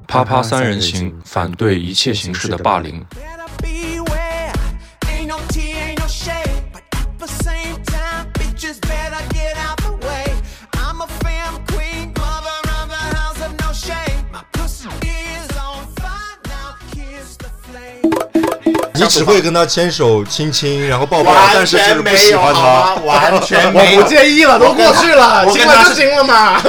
啪啪三人行，反对一切形式的霸凌。 你只会跟他牵手、亲亲，然后抱抱，但是就是不喜欢他， 完全没有。 我不介意了，都过去了，亲了就亲了嘛。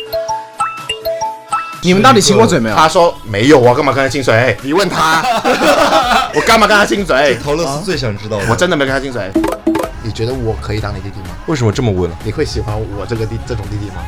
你们到底亲过嘴没有？ 他说没有啊，干嘛跟他亲嘴？你问他，我干嘛跟他亲嘴？ 陶乐斯最想知道的， 我真的没跟他亲嘴。你觉得我可以当你弟弟吗？ 为什么这么问？ 你会喜欢我这种弟弟吗？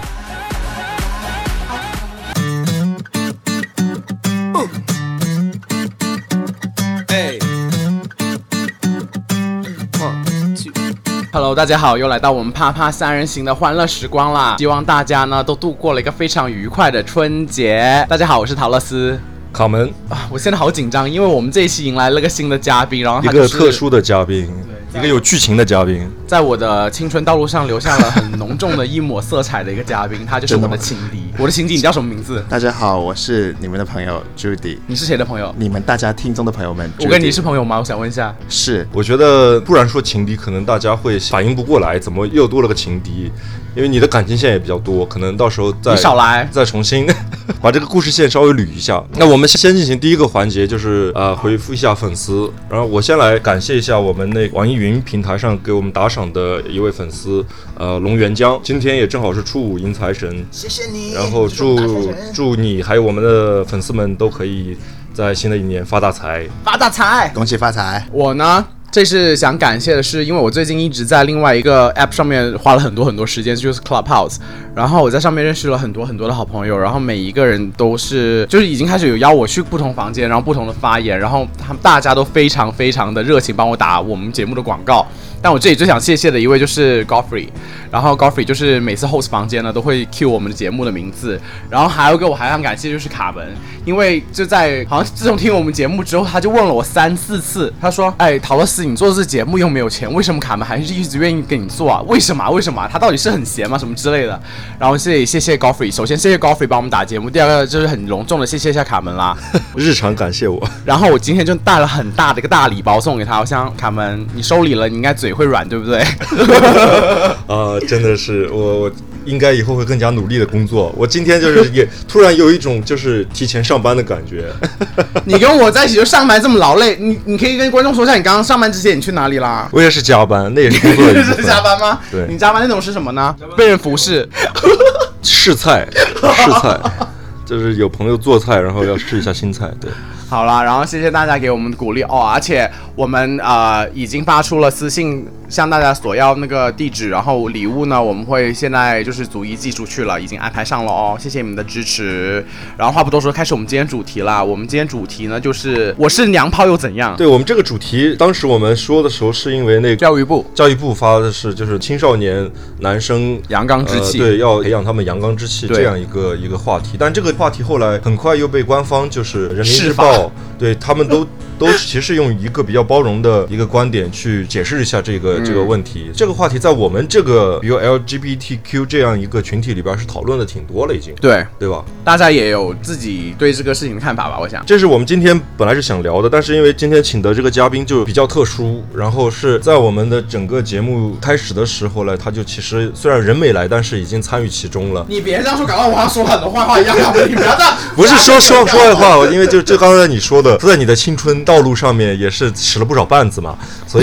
Hello， 大家好，又来到我们啪啪三人行的欢乐时光啦！希望大家呢都度过了一个非常愉快的春节。大家好，我是陶乐斯。 卡门啊，我现在好紧张，因为我们这一期迎来了个新的嘉宾，然后他、 一个特殊的嘉宾，一个有剧情的嘉宾， 在我的青春道路上留下了很浓重的一抹色彩的一个嘉宾，他就是我的情敌。我的情敌，你叫什么名字？ 大家好，我是你们的朋友 Judy。 你是谁的朋友？ 你们大家听众的朋友们。 我跟你是朋友吗？我想问一下。 是。 我觉得不然说情敌，可能大家会反应不过来，怎么又多了个情敌？因为你的感情线也比较多，可能到时候你少来， 再重新把这个故事线稍微捋一下。那我们先进行第一个环节，就是回复一下粉丝。然后我先来感谢一下我们那网易云平台上给我们打赏的一位粉丝，龙元江，今天也正好是初五迎财神， 谢谢你。 然后祝你还有我们的粉丝们都可以在新的一年发大财， 发大财， 恭喜发财。 我呢？这是想感谢的是，因为我最近一直在另外一个 app 上面花了很多时间，就是 Clubhouse， 然后我在上面认识了很多的好朋友，然后每一个人都是就是已经开始有邀我去不同房间，然后不同的发言，然后他们大家都非常的热情帮我打我们节目的广告。但我这里最想谢谢的一位就是 Godfrey， 然后 Godfrey 就是每次 host 房间呢都会 cue 我们的节目的名字，然后还有一个我还想感谢就是卡门，因为就在好像自从听我们节目之后，他就问了我3-4次，他说：“哎，陶乐斯，你做这节目又没有钱，为什么卡门还是一直愿意跟你做啊？为什么？他到底是很闲吗？什么之类的？”然后谢谢 Godfrey， 首先谢谢 Godfrey 帮我们打节目，第二个就是很隆重的谢谢一下卡门啦， 日常感谢我。 然后我今天就带了很大的一个大礼包送给他，我想卡门你收礼了，你应该嘴会软，对不对？ 真的是我应该以后会更加努力的工作。我今天就是也突然有一种就是提前上班的感觉。 你跟我在一起就上班这么劳累，你可以跟观众说一下你刚刚上班之前你去哪里啦？ 我也是加班，那也是工作的一部分。 是加班吗？ 对。 你加班那种是什么呢？被人服侍。 试菜，就是有朋友做菜，然后要试一下新菜，对。 好啦，然后谢谢大家给我们的鼓励哦，而且我们已经发出了私信向大家索要那个地址，然后礼物呢我们会现在就是逐一寄出去了，已经安排上了哦，谢谢你们的支持。然后话不多说，开始我们今天主题啦。我们今天主题呢就是我是娘炮又怎样？ 对，我们这个主题当时我们说的时候是因为那个教育部发的是就是青少年男生阳刚之气， 对，要培养他们阳刚之气这样一个话题。但这个话题后来很快又被官方就是人民日报。对，他们都其实用一个比较包容的一个观点去解释一下这个问题。这个话题在我们这个比如 LGBTQ 这样一个群体里边是讨论的挺多了已经，对吧？ 大家也有自己对这个事情的看法吧，我想。 这是我们今天本来是想聊的，但是因为今天请的这个嘉宾就比较特殊，然后是在我们的整个节目开始的时候呢，他就其实虽然人没来，但是已经参与其中了。 你别这样说，搞到我好像说很多坏话一样，你不要这样。 不是说坏话，因为就刚才你说的，在你的青春道路上面也是使了不少绊子嘛，所以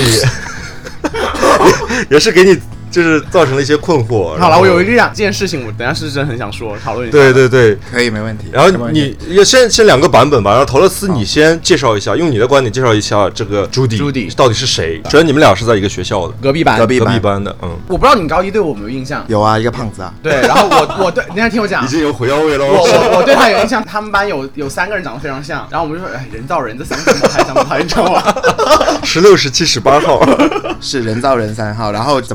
也是给你就是造成了一些困惑。 好了，我有2件事情，我等一下是真的很想说，讨论一下。 对， 可以，没问题。 然后你也先2个版本吧。然后陶乐斯，你先介绍一下，用你的观点介绍一下这个朱迪到底是谁？首先你们俩是在一个学校的隔壁班的， 我不知道你高一对我们有印象？ 有啊，一个胖子啊。 对，然后我对，你先听我讲， 已经有火药味了。 我对他有印象，他们班有3个人长得非常像，然后我们就说，哎，人造人这3个人还长得好，你知道吗？ 16、17、18号是人造人3号。然后怎么说呢？就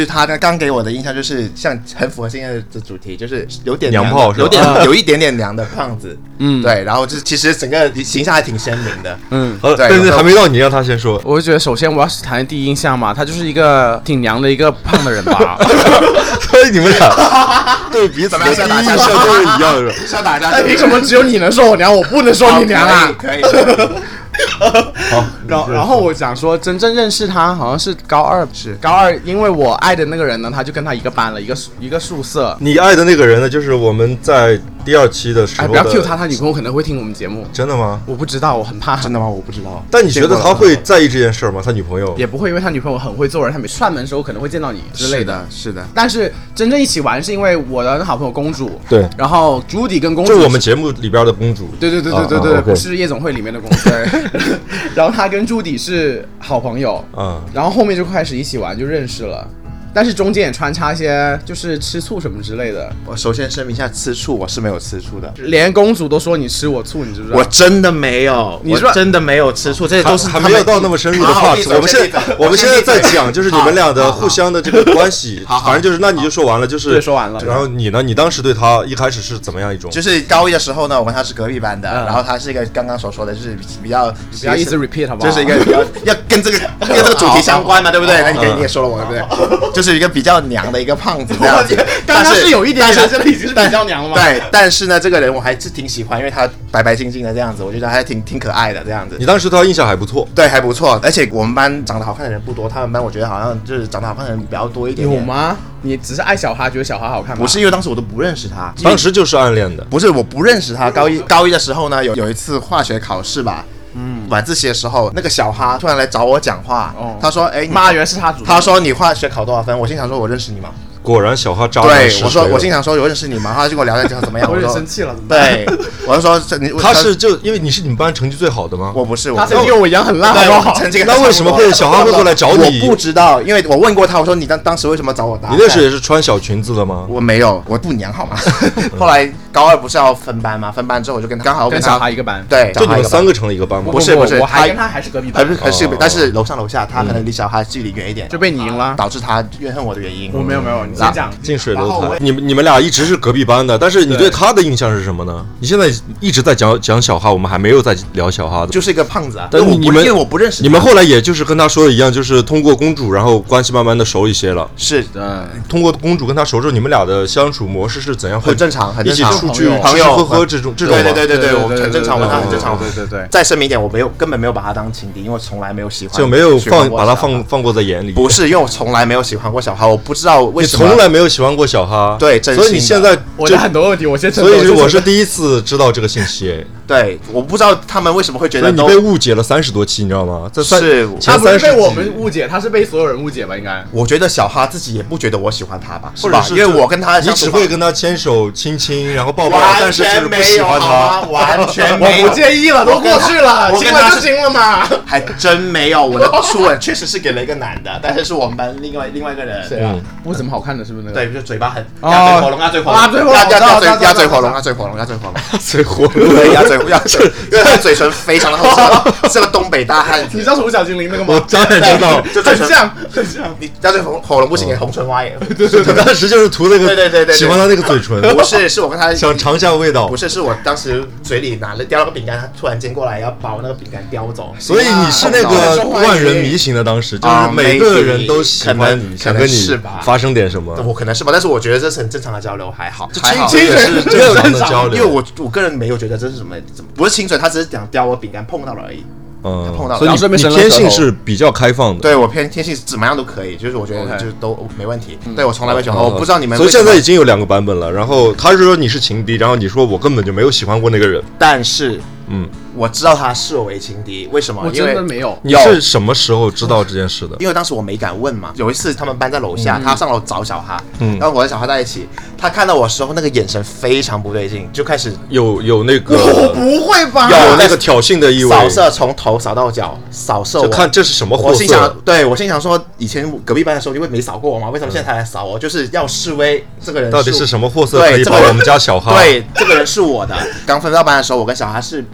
就是他刚给我的印象就是像很符合现在的主题，就是有点娘炮是吧， 有一点点娘的胖子，对，然后就是其实整个形象还挺鲜明的， 对，但是还没到你让他先说。 我就觉得首先我要谈的第一印象嘛，他就是一个挺娘的一个胖的人吧。 所以你们俩对彼此的第一印象都是一样的。 是要打架？ 凭什么只有你能说我娘，我不能说你娘啊？ 可以。 好， 然后我想说，真正认识他好像是高二，因为我爱的那个人呢，他就跟他一个班了，一个宿舍。 你爱的那个人呢，就是我们在第2期的时候的。 不要 cue 他女朋友可能会听我们节目。 真的吗？ 我不知道，我很怕。 真的吗？我不知道。 但你觉得他会在意这件事吗？他女朋友也不会，因为他女朋友很会做人，他每串门的时候可能会见到你之类的。 是的。 但是真正一起玩是因为我的好朋友公主， 对， 然后朱迪跟公主就是我们节目里边的公主。 对，不是夜总会里面的公主。然后他跟朱迪是好朋友，然后后面就开始一起玩，就认识了。但是中间也穿插一些就是吃醋什么之类的。 我首先声明一下，吃醋我是没有吃醋的， 连公主都说你吃我醋，你知不知道？ 我真的没有，你说真的没有吃醋，这些都是还没有到那么深入的话题。我们现在在讲就是你们俩的互相的这个关系，反正就是那你就说完了，就是说完了。 然后你呢？你当时对他一开始是怎么样一种？ 就是高一的时候呢，我跟他是隔壁班的，然后他是一个刚刚所说的，就是比较不要一直 repeat 好不好？ 就是一个比较要跟这个主题相关嘛，对不对？那你也说了我对不对？就是一个比较娘的一个胖子这样子， 刚刚是有一点点，真的已经是比较娘了吗？ 对，但是呢，这个人我还是挺喜欢，因为他白白净净的这样子，我觉得还挺可爱的这样子。 你当时对他印象还不错？ 对，还不错。而且我们班长得好看的人不多，他们班我觉得好像就是长得好看的人比较多一点点。 有吗？你只是爱小哈，觉得小哈好看吗？ 不是，因为当时我都不认识他， 当时就是暗恋的。 不是，我不认识他。高一的时候呢，有一次化学考试吧。晚自习的时候，那个小哈突然来找我讲话，他说：“哎， 妈，原来是他主动。” 他说：“你化学考多少分？”我心想说：“我认识你吗？” 果然小哈渣男实锤。对，我心想说：“我认识你吗？”他就跟我聊天讲怎么样， 我有点生气了。 对，我就说：“ 他是就因为你是你们班成绩最好的吗？” 我不是， 他成绩跟我一样很烂，好不好？ 那为什么会小哈会过来找你？ 我不知道，因为我问过他，我说：“你当时为什么找我搭讪？” 你那时也是穿小裙子的吗？ 我没有，我不娘好吗？后来高二不是要分班吗？分班之后我就刚好跟小哈一个班。 对， 就你们3个成了一个班吗？ 不是， 我还跟他还是隔壁班， 但是楼上楼下，他可能离小哈距离远一点， 就被你赢了， 导致他怨恨我的原因。 我没有，你先讲。 近水楼台，你们俩一直是隔壁班的，但是你对他的印象是什么呢？你现在一直在讲小哈，我们还没有在聊小哈的， 就是一个胖子啊。 但因为我不认识你们后来也就是跟他说的一样，就是通过公主，然后关系慢慢的熟一些了。 是的， 通过公主跟他熟之后，你们俩的相处模式是怎样？ 很正常， 一起出去朋友吃喝这种。 对，我很正常，我跟他很正常。 对。 再声明一点，我根本没有把他当情敌，因为我从来没有喜欢， 就没有把他放过在眼里。 不是，因为我从来没有喜欢过小哈，我不知道为什么。 你从来没有喜欢过小哈？ 对，真心。 所以你现在我有很多问题，我先承认。所以我是第一次知道这个信息。 对，我不知道他们为什么会觉得你被误解了30多期，你知道吗？ 是他不是被我们误解，他是被所有人误解吧？应该。 我觉得小哈自己也不觉得我喜欢他吧，是吧？因为我跟他， 你只会跟他牵手、亲亲，然后抱抱，但是就是不喜欢他， 完全没有。 我不介意了，都过去了，亲了就亲了嘛。 还真没有，我的初吻确实是给了一个男的，但是我们班另外一个人。 谁啊？为什么好看的？是不是那个？ 对，就嘴巴很鸭嘴火龙，鸭嘴火龙，鸭嘴火龙，因为他嘴唇非常的厚，是个东北大汉子。 你知道宠物小精灵那个吗？ 我当然知道， 就很像。 你鸭嘴火龙不行，红唇蛙也。 对，当时就是涂那个， 对， 喜欢他那个嘴唇。 不是，是我跟他想尝一下味道。 不是，是我当时嘴里叼了个饼干，他突然间过来要把我那个饼干叼走。 所以你是那个万人迷型的，当时就是每个人都喜欢你，想跟你发生点什么。 我可能是吧，但是我觉得这是很正常的交流，还好。 亲嘴是正常的交流， 因为我个人没有觉得这是什么，不是亲嘴，他只是想叼我饼干碰到了而已。碰到， 所以你天性是比较开放的。 对，我天性怎么样都可以，就是我觉得就都没问题。对，我从来没喜欢，我不知道你们。 所以现在已经有2个版本了。然后他是说你是情敌，然后你说我根本就没有喜欢过那个人。 但是，我知道他视我为情敌，为什么？ 我真的没有。 你是什么时候知道这件事的？ 因为当时我没敢问嘛。有一次他们班在楼下，他上楼找小哈，然后我跟小哈在一起，他看到我的时候那个眼神非常不对劲，就开始有那个。 不会吧？ 有那个挑衅的意味。 扫射从头扫到脚，扫射我。 看这是什么货色？我心想说，以前隔壁班的时候你会没扫过我吗？为什么现在才来扫我？就是要示威，这个人到底是什么货色可以把我们家小哈？ 对，这个人是我的。刚分到班的时候，我跟小哈是也没到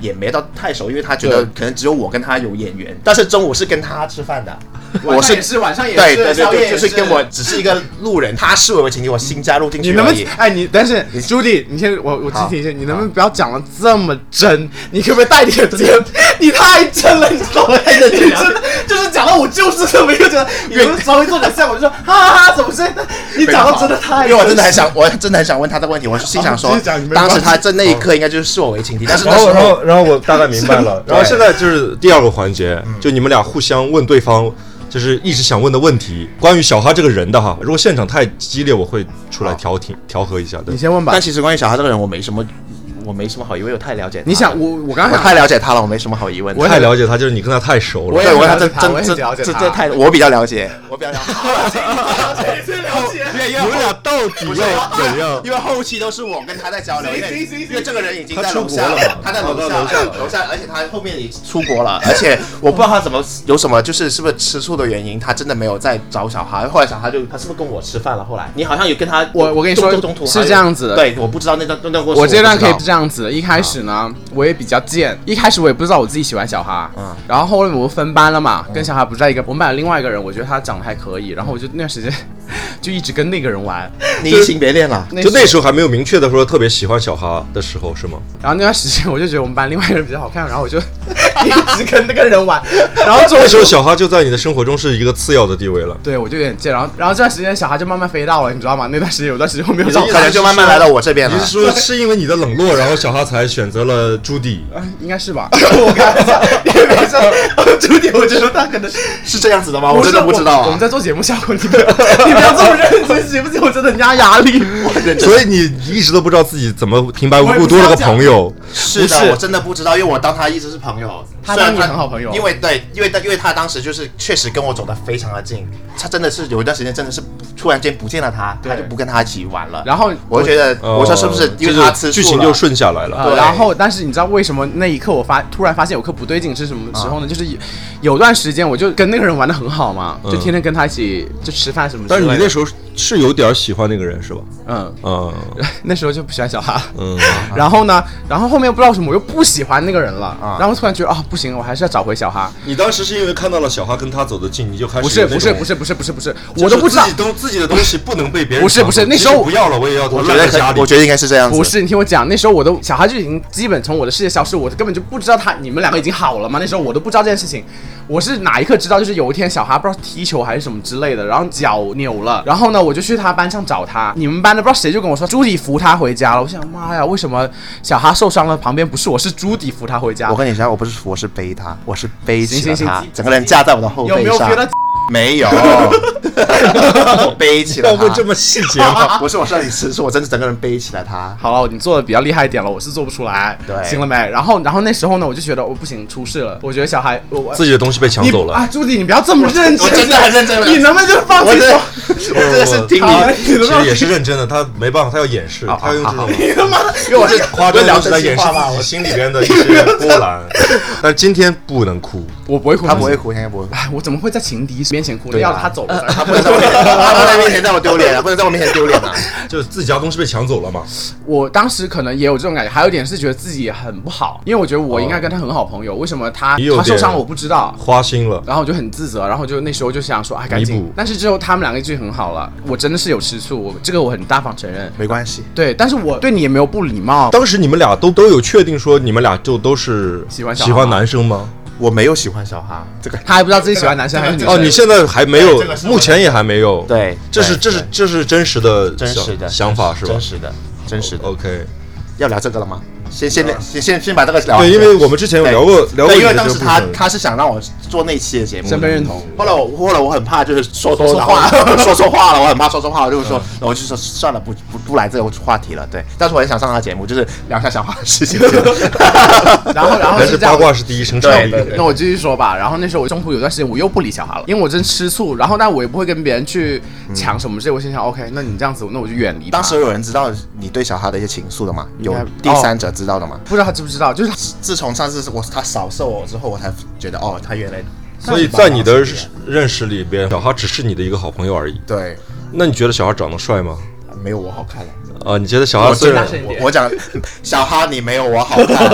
太熟，因为他觉得可能只有我跟他有眼缘。但是中午是跟他吃饭的， 我是晚上也是， 对，就是跟我只是一个路人，他视为情敌，我新加入进去而已。 但是朱迪，你先我提醒一下，你能不能不要讲的这么真？你可不可以带点真？你太真了，你知道吗？你真的就是讲到我就是这么一个人，你能稍微做点像，我就说哈，怎么是？你讲到真的太， 因为我真的很想问他这个问题，我心想说，当时他在那一刻应该就是视我为情敌，但是然后我大概明白了，然后现在就是第二个环节，就你们俩互相问对方。就是一直想问的问题，关于小哈这个人的哈，如果现场太激烈，我会出来调和一下的。 你先问吧。 但其实关于小哈这个人，我没什么好疑问，我太了解他。 你想我刚才太了解他了，我没什么好疑问。 我太了解他，就是你跟他太熟了。 我他这太我比较了解，我比较了解。 你们俩到底要怎样？ 因为后期都是我跟他在交流，因为这个人已经在楼下了，他在楼下，而且他后面也出国了，而且我不知道他有什么是不是吃醋的原因，他真的没有再找小哈。后来小哈他是不是跟我吃饭了？后来你好像有跟他， 我跟你说是这样子的。 对，我不知道那段过程。 我这段可以是这样子的，一开始呢，我也比较贱，一开始我也不知道我自己喜欢小哈，然后后来我分班了嘛，跟小哈不在一个，我们班有另外一个人，我觉得他长得还可以，然后我就那段时间就一直跟那个人玩。 你移情别恋了？ 就那时候还没有明确的说特别喜欢小哈的时候是吗？ 然后那段时间我就觉得我们班另外一个人比较好看，然后我就一直跟那个人玩。然后那时候小哈就在你的生活中是一个次要的地位了。 对，我就有点贱。然后这段时间小哈就慢慢飞到了，你知道吗？那段时间有段时间我没有找， 可能就慢慢来到我这边了。 你是说是因为你的冷落，然后小哈才选择了朱迪？ 应该是吧。我看一下，没事。朱迪，我觉得他可能是这样子的吗？我真的不知道。 我们在做节目效果，你不要这么认真，行不行？我真的很压力。 所以你一直都不知道自己怎么平白无故多了个朋友。 是的，我真的不知道，因为我当他一直是朋友， 他当你很好朋友。 因为他当时就是确实跟我走得非常的近，他真的是有一段时间真的是突然间不见了他就不跟他一起玩了。然后我就觉得，我说是不是因为他吃醋了， 剧情就顺下来了。 然后但是你知道为什么那一刻我突然发现有颗不对劲是什么时候呢？就是有段时间我就跟那个人玩得很好嘛，就天天跟他一起就吃饭什么。 但是你那时候是有点喜欢那个人是吧？ 那时候就不喜欢小哈。然后呢，后面不知道为什么我又不喜欢那个人了，然后突然觉得不行，我还是要找回小哈。 你当时是因为看到了小哈跟他走得近，你就开始不是，我都不知道自己的东西不能被别人不是，那时候不要了，我也要。 我觉得应该是这样子。 不是，你听我讲，那时候小哈就已经基本从我的世界消失，我根本就不知道你们两个已经好了嘛。那时候我都不知道这件事情。我是哪一刻知道，就是有一天小哈不知道踢球还是什么之类的，然后脚扭了，然后呢我就去他班上找他，你们班的不知道谁就跟我说朱迪扶他回家了。我想妈呀，为什么小哈受伤了旁边不是我，是朱迪扶他回家？ 我跟你讲，我是背他，我是背起了他，整个人架在我的后背上。 有没有觉得？ 没有，我背起了他。 要问这么细节吗？ 不是我让你吃醋，我真的整个人背起来他。 好了，你做的比较厉害一点了，我是做不出来。 对， 行了没？然后那时候呢，我就觉得我不行，出事了。我觉得小孩自己的东西被抢走了。 朱迪，你不要这么认真， 我真的很认真。 你能不能就放弃？ 我真的是听你， 其实也是认真的，他没办法，他要掩饰，他要用这种。 你他妈的， 因为我是夸张的来掩饰自己心里边的一些波澜。但今天不能哭， 我不会哭， 他不会哭，应该不会。 我怎么会在情敌面前哭呢？要他走了， 他不能在我面前，在我丢脸，不能在我面前丢脸啊！ 就是自己家东西被抢走了嘛。 我当时可能也有这种感觉，还有一点是觉得自己很不好，因为我觉得我应该跟他很好朋友，为什么他受伤了我不知道， 花心了， 然后我就很自责，然后就那时候就想说赶紧。但是之后他们两个就很好了，我真的是有吃醋，这个我很大方承认。 没关系， 对，但是我对你也没有不礼貌。 当时你们俩都有确定说你们俩就都是喜欢男生吗？ 我没有喜欢小哈，这个他还不知道自己喜欢男生还是女生。 你现在还没有，目前也还没有。 对， 这是真实的想法是吧？ 真实的。 OK， 要聊这个了吗？先把这个聊。 对，因为我们之前有聊过。 因为当时他是想让我做那期的节目， 身份认同。 后来我很怕就是说错话了，我很怕说错话，我就说我就说算了，不来这个话题了。对，但是我很想上他节目，就是聊一下小花的事情。 然后还是八卦是第一生产力。 那我继续说吧。然后那时候我中途有段时间我又不理小花了，因为我真吃醋。然后但我也不会跟别人去抢什么之类。我心想 OK， 那你这样子，那我就远离他。 当时有人知道你对小花的一些情愫的吗？有第三者知道的吗？ 不知道他知不知道，就是自从上次他少受我之后，我才觉得他原来。 所以在你的认识里边，小哈只是你的一个好朋友而已。 对。 那你觉得小哈长得帅吗？ 没有我好看了。 你觉得小哈虽然我讲小哈你没有我好看，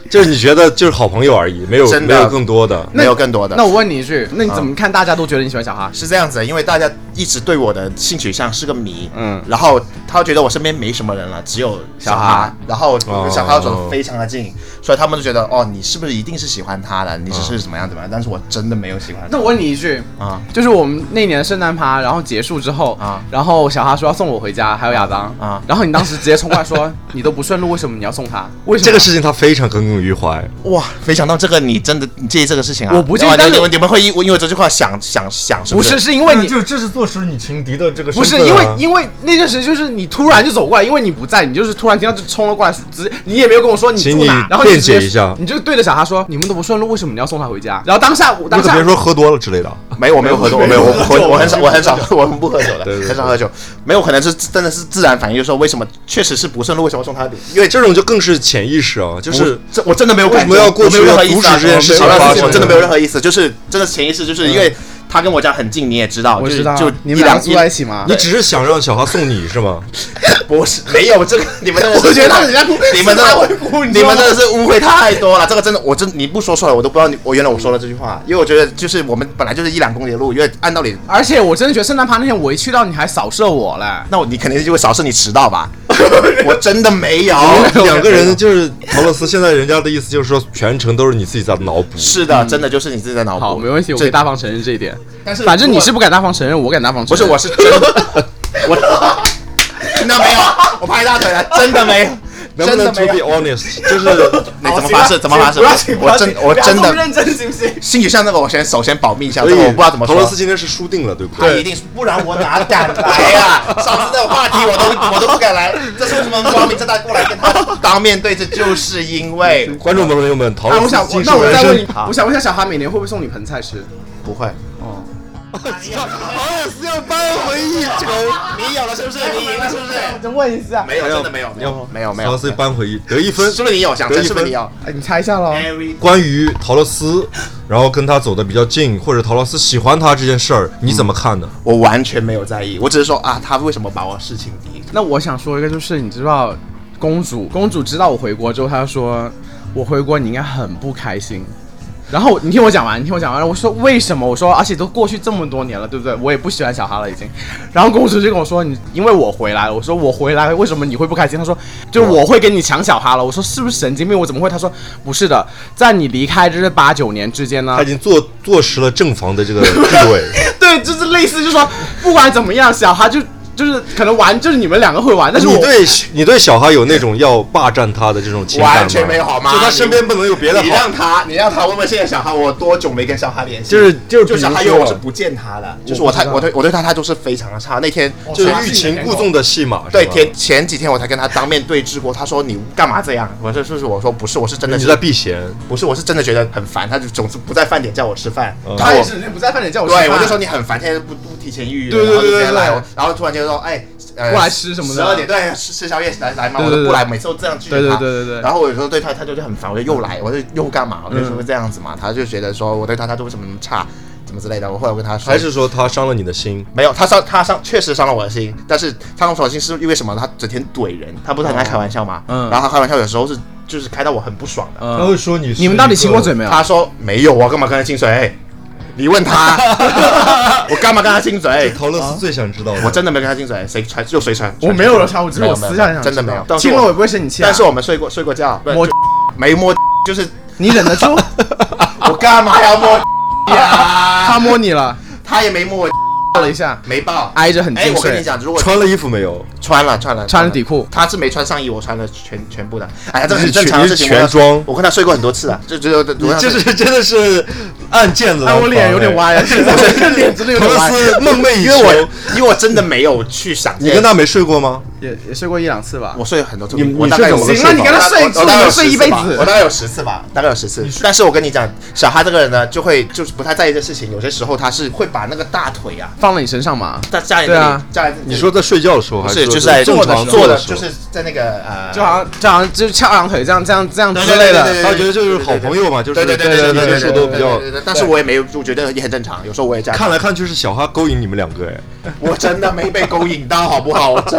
就是你觉得就是好朋友而已，没有更多的， 没有更多的。 那我问你一句，那你怎么看？大家都觉得你喜欢小哈？ 是这样子，因为大家一直对我的性取向是个谜，然后他觉得我身边没什么人了，只有小哈，然后我跟小哈走得非常的近，所以他们就觉得你是不是一定是喜欢他的？你只是怎么样？但是我真的没有喜欢他。 那我问你一句就是我们那年的圣诞趴，然后结束之后然后小哈说要送我回家，还有亚当然后你当时直接冲过来说你都不顺路，为什么你要送他？为什么？ 这个事情他非常耿耿于怀。 哇，没想到这个你真的介意这个事情啊？ 我不介意，但是你们会因为这句话想是不是？ 不是，是因为你这是坐实你情敌的这个身份。 不是因为那阵时就是你突然就走过来，因为你不在，你就是突然听到就冲了过来，你也没有跟我说你住哪，然后辩解一下， 你就对着小哈说你们都不顺路，为什么你要送他回家？然后当下你可别说喝多了之类的。 没有，我没有喝多，我很少，我们不喝酒的，很少喝酒。没有可能是真的是自然反应，就是说为什么确实是不顺路，为什么送他？ 因为这种就更是潜意识啊，就是我真的没有感觉， 为什么要过去要阻止这件事情发生？ 我真的没有任何意思，就是真的潜意识，就是因为他跟我家很近，你也知道， 我知道， 就你们俩住在一起吗？ 你只是想让小哈送你是吗？ 不是，没有这个，你们我觉得你们真的是误会太多了，这个真的，你不说出来，我都不知道我原来我说了这句话，因为我觉得就是我们本来就是1-2公里的路，因为按道理， 而且我真的觉得圣诞趴那天我一去到你还扫射我了， 那你肯定就会扫射你迟到吧？我真的没有， 两个人就是陶乐斯，现在人家的意思就是说全程都是你自己在脑补。 是的，真的就是你自己在脑补。 好，没问题，我可以大方承认这一点。 但是反正你是不敢大方承认，我敢大方承认。 不是，我是真的，我听到没有？我拍大腿了，真的没有。 能不能 to be honest？ 就是你怎么发誓？我真的认真行不行？ 性取向那个我首先保密一下，这个我不知道怎么说。 陶乐斯今天是输定了，对不对？他一定是，不然我哪敢来呀？上次那个话题我都不敢来，这是为什么光明正大过来跟他当面对？这就是因为观众朋友们，陶乐斯今那我再问你，我想问一下小哈，每年会不会送你盆菜吃？ 不会。 哦。 陶乐斯要扳回一球， 你有了是不是？你赢了是不是？ 再问一下。 没有，真的没有， 陶乐斯扳回得1分， 是不是你有？想真是不是你有？ 哎，你猜一下喽。 关于陶乐斯，然后跟他走的比较近，或者陶乐斯喜欢他这件事儿，你怎么看呢？ 我完全没有在意，我只是说他为什么把我视情敌？ 那我想说一个，就是你知道，公主知道我回国之后，她说我回国你应该很不开心。然后你听我讲完，我说为什么？我说而且都过去这么多年了，对不对？我也不喜欢小哈了已经。然后公主就跟我说，因为我回来了。我说我回来为什么你会不开心？她说就我会跟你抢小哈了。我说是不是神经病？我怎么会？她说不是的，在你离开这8、9年之间呢， 他已经坐实了正房的这个地位。 对，就是类似，就是说不管怎么样，小哈就是可能玩，就是你们2个会玩，但是你对小哈有那种要霸占他的这种情感吗？ 完全没有好吗？ 就他身边不能有别的好。 你让他问问现在小哈，我多久没跟小哈联系？ 就小哈因为我是不见他的，就是我对他态度是非常的差。那天就是欲擒故纵的戏码。 对，前几天我才跟他当面对质过，他说你干嘛这样？我说不是，我是真的你在避嫌。 不是，我是真的觉得很烦，他就总是不在饭点叫我吃饭。 他也是不在饭点叫我吃饭。 对，我就说你很烦，现在不提前预约， 对， 然后突然间说过来吃什么的 ，12点对吃宵夜来嘛，我都不来，每次都这样拒绝他。 对。 然后我有时候对他就很烦，我就又来，我就又干嘛？我就说这样子嘛，他就觉得说我对他态度为什么那么差，怎么之类的。我后来跟他说， 还是说他伤了你的心？ 没有，他确实伤了我的心，但是他伤我的心是因为什么？他整天怼人，他不是很爱开玩笑吗？然后他开玩笑有时候就是开到我很不爽的。 他会说你们到底亲过嘴没有？ 他说没有啊，干嘛跟他亲嘴？你问他，我干嘛跟他亲嘴？ 陶乐斯最想知道的， 我真的没跟他亲嘴，谁传？ 我没有了，我只是我私下想， 真的没有。 亲了我也不会生你气。 但是我们睡过觉，没摸，就是你忍得住？ 我干嘛要摸呀？ 他摸你了， 他也没摸我。 抱了一下， 没抱， 挨着很近。 我跟你讲，如果穿了衣服没有？ 穿了底裤， 他是没穿上衣，我穿了全部的。哎呀，这很正常的事情。 全装， 我跟他睡过很多次啊，这是真的是按键子。 我脸有点歪啊，脸真的有点歪。 梦寐以求， 因为我真的没有去想。 你跟他没睡过吗？ 也睡过1-2次吧。 我睡了很多次。 我大概有行，那你跟他睡一辈子。 我大概有10次吧，大概有10次。但是我跟你讲，小哈这个人呢，就是不太在意这事情，有些时候他是会把那个大腿啊放在你身上嘛。 在家里那里， 你说在睡觉的时候，还是就是在正常做的，就是在那个就好像就是翘两腿这样之类的。 他觉得就是好朋友嘛，就是对接触都比较。 但是我也没有，我觉得也很正常。有时候我也这样。 看来看去是小哈勾引你们2个哎， 我真的没被勾引到，好不好？我真的没有。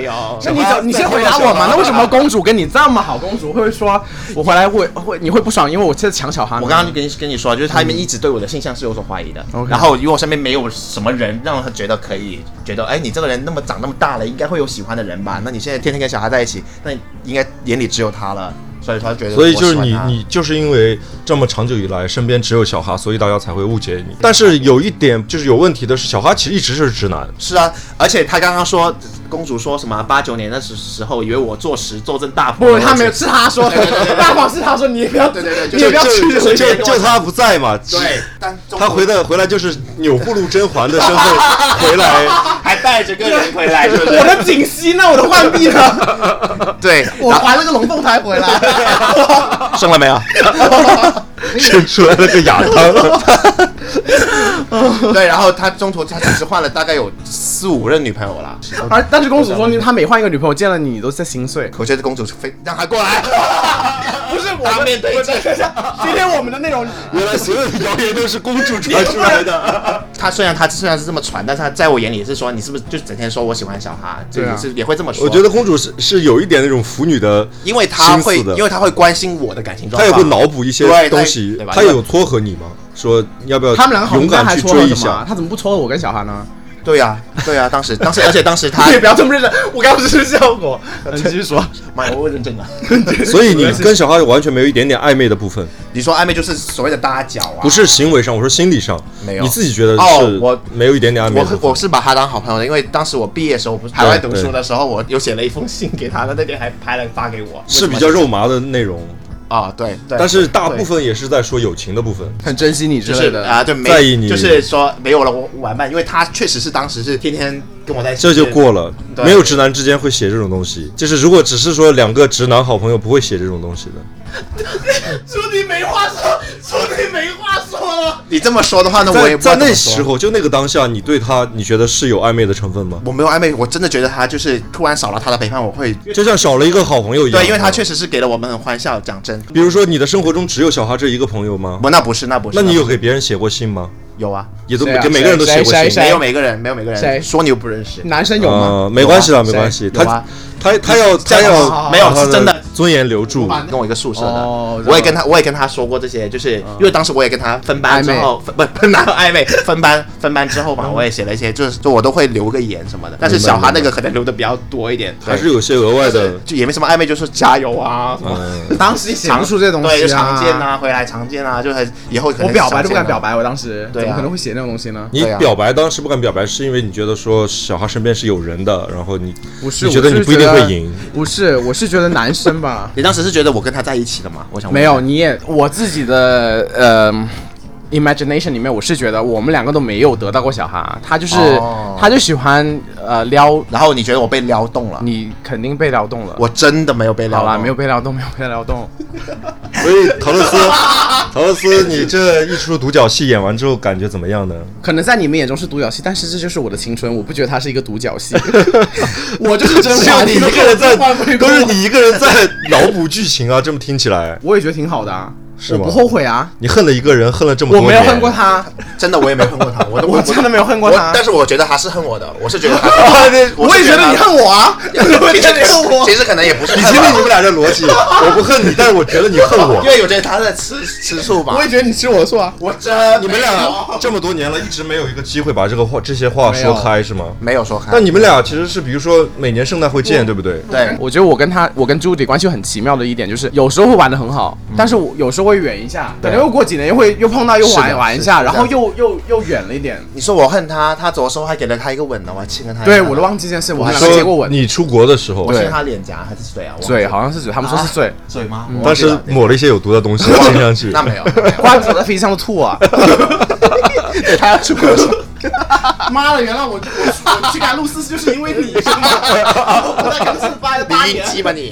有。 那你先回答我嘛？那为什么公主跟你这么好，公主会说我回来会你会不爽，因为我现在抢小哈？ 我刚刚就跟你说，就是他们一直对我的性向是有所怀疑的。 OK 然后因为我身边没有什么人让他觉得可以，觉得哎，你这个人长那么大了，应该会有喜欢的人吧？那你现在天天跟小孩在一起，那应该眼里只有他了。所以他觉得， 所以就是你就是因为这么长久以来身边只有小哈，所以大家才会误解你。但是有一点就是有问题的是，小哈其实一直是直男。 是啊，而且他刚刚说公主说什么89年的时候以为我坐镇大鹏， 不，他没有，是他说的，大鹏是他说，你也不要， 对， 你也不要去， 就他不在嘛。 对，但他回来就是钮祜禄甄嬛的身份回来， 还带着个人回来，对不对？ 我的锦溪呢？我的浣碧呢？ 对， 我怀了个龙凤胎回来， 生了没有？ 生出来了个亚当。 对，然后他中途他其实换了大概有4-5任女朋友了。 但是公主说他每换一个女朋友见了你都在心碎。 我觉得公主让他过来， 不是我当面对质。 今天我们的内容， 原来所有的谣言都是公主传出来的。 他虽然是这么传，但是他在我眼里是说你是不是就整天说我喜欢小哈，也会这么说。 我觉得公主是有一点那种腐女的， 因为他会关心我的感情状况， 他也会脑补一些东西。他有撮合你吗？说要不要他们两个勇敢去追一下？ 他怎么不撮合我跟小哈呢？ 对呀，当时，而且当时他也不要这么认真，我刚刚只是效果。你继续说， 妈呀，我认真了。 所以你跟小哈完全没有一点点暧昧的部分。 你说暧昧就是所谓的搭脚啊？ 不是行为上，我说心理上。 没有， 你自己觉得是？我没有一点点暧昧。 我是把他当好朋友的，因为当时我毕业的时候，不是海外读书的时候，我有写了一封信给他，那天还拍了发给我， 是比较肉麻的内容。 啊，对， 但是大部分也是在说友情的部分， 很珍惜你之类的啊，对， 在意你， 就是说没有了我玩伴，因为他确实是当时是天天跟我在一起， 这就过了，没有直男之间会写这种东西，就是如果只是说两个直男好朋友，不会写这种东西的。 朱迪没话说了。 你这么说的话，那我也不在那时候就那个当下，你对他，你觉得是有暧昧的成分吗？ 我没有暧昧，我真的觉得他就是突然少了他的陪伴，我会就像少了一个好朋友一样。 对，因为他确实是给了我们很欢笑。讲真， 比如说你的生活中只有小哈这一个朋友吗？ 那不是。 那你有给别人写过信吗？ 有啊， 也都给每个人都写过信。 没有每个人，谁说你又不认识？ 男生有吗？ 没关系啦，没关系。他要没有是真的尊严留住。 跟我一个宿舍的，我也跟他说过这些，就是因为当时我也跟他分班之后，不哪有暧昧，分班之后嘛，我也写了一些，就我都会留个言什么的。但是小哈那个可能留的比较多一点， 还是有些额外的， 就也没什么暧昧，就是加油啊， 当时写不出这东西， 对，就常见啊，回来常见啊，就还以后可能我表白都不敢表白，我当时对怎么可能会写那种东西呢？ 你表白当时不敢表白，是因为你觉得说小哈身边是有人的，然后你觉得你不一定会赢。 不是，我是觉得男生吧。 你当时是觉得我跟他在一起的吗？我想没有，我自己的imagination 里面，我是觉得我们两个都没有得到过小哈，他就喜欢撩， 然后你觉得我被撩动了？ 你肯定被撩动了。 我真的没有被撩动。 好啦，没有被撩动。 所以陶乐斯，你这一出独角戏演完之后感觉怎么样呢？ 可能在你们眼中是独角戏，但是这就是我的青春，我不觉得它是一个独角戏。我就是真话， 你一个人在，都是你一个人在脑补剧情啊！这么听起来， 我也觉得挺好的啊。 是吗？ 我不后悔啊！ 你恨了一个人，恨了这么多年。 我没有恨过他， 真的我也没恨过他， 我真的没有恨过他。 但是我觉得他是恨我的，我是觉得他， 我也觉得你恨我啊！ 其实可能也不是。 你听听你们俩这逻辑，我不恨你，但是我觉得你恨我， 因为我觉得他在吃醋吧。 我也觉得你吃我的醋啊！ 你们俩这么多年了，一直没有一个机会把这些话说开是吗？ 没有说开。 但你们俩其实是，比如说每年圣诞会见，对不对？ 对。 我觉得我跟朱迪关系很奇妙的一点就是，有时候会玩得很好，但是我有时候会远一下。可能又过几年又碰到又玩一下，然后又远了一点。 你说我恨他，他走的时候还给了他一个吻呢，我还亲了他。 对，我都忘记这件事，我还接过吻。你出国的时候， 我亲他脸颊还是嘴啊？ 嘴好像是嘴，他们说是嘴。 嘴吗？ 但是抹了一些有毒的东西亲上去。 那没有， 怪不得在飞机上的吐啊！ 对，他要出国的时候。 妈的，原来我去赶露丝就是因为你，是吗？我在赶是8年。 你鸡吧你！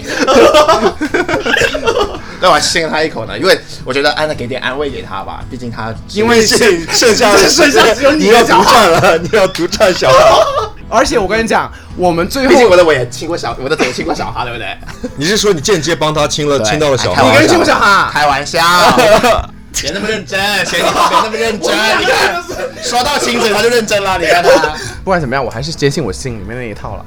对，我还亲了他一口呢，因为我觉得安娜给点安慰给他吧，毕竟他因为剩下只有你要独占了，你要独占小哈。 而且我跟你讲，我们最后， 毕竟我的嘴也亲过小哈，对不对？ 你是说你间接帮他亲到了小哈？ 你跟亲过小哈？ 开玩笑。别那么认真，别那么认真。你看，说到亲嘴他就认真了。你看他， 不管怎么样，我还是坚信我心里面那一套了。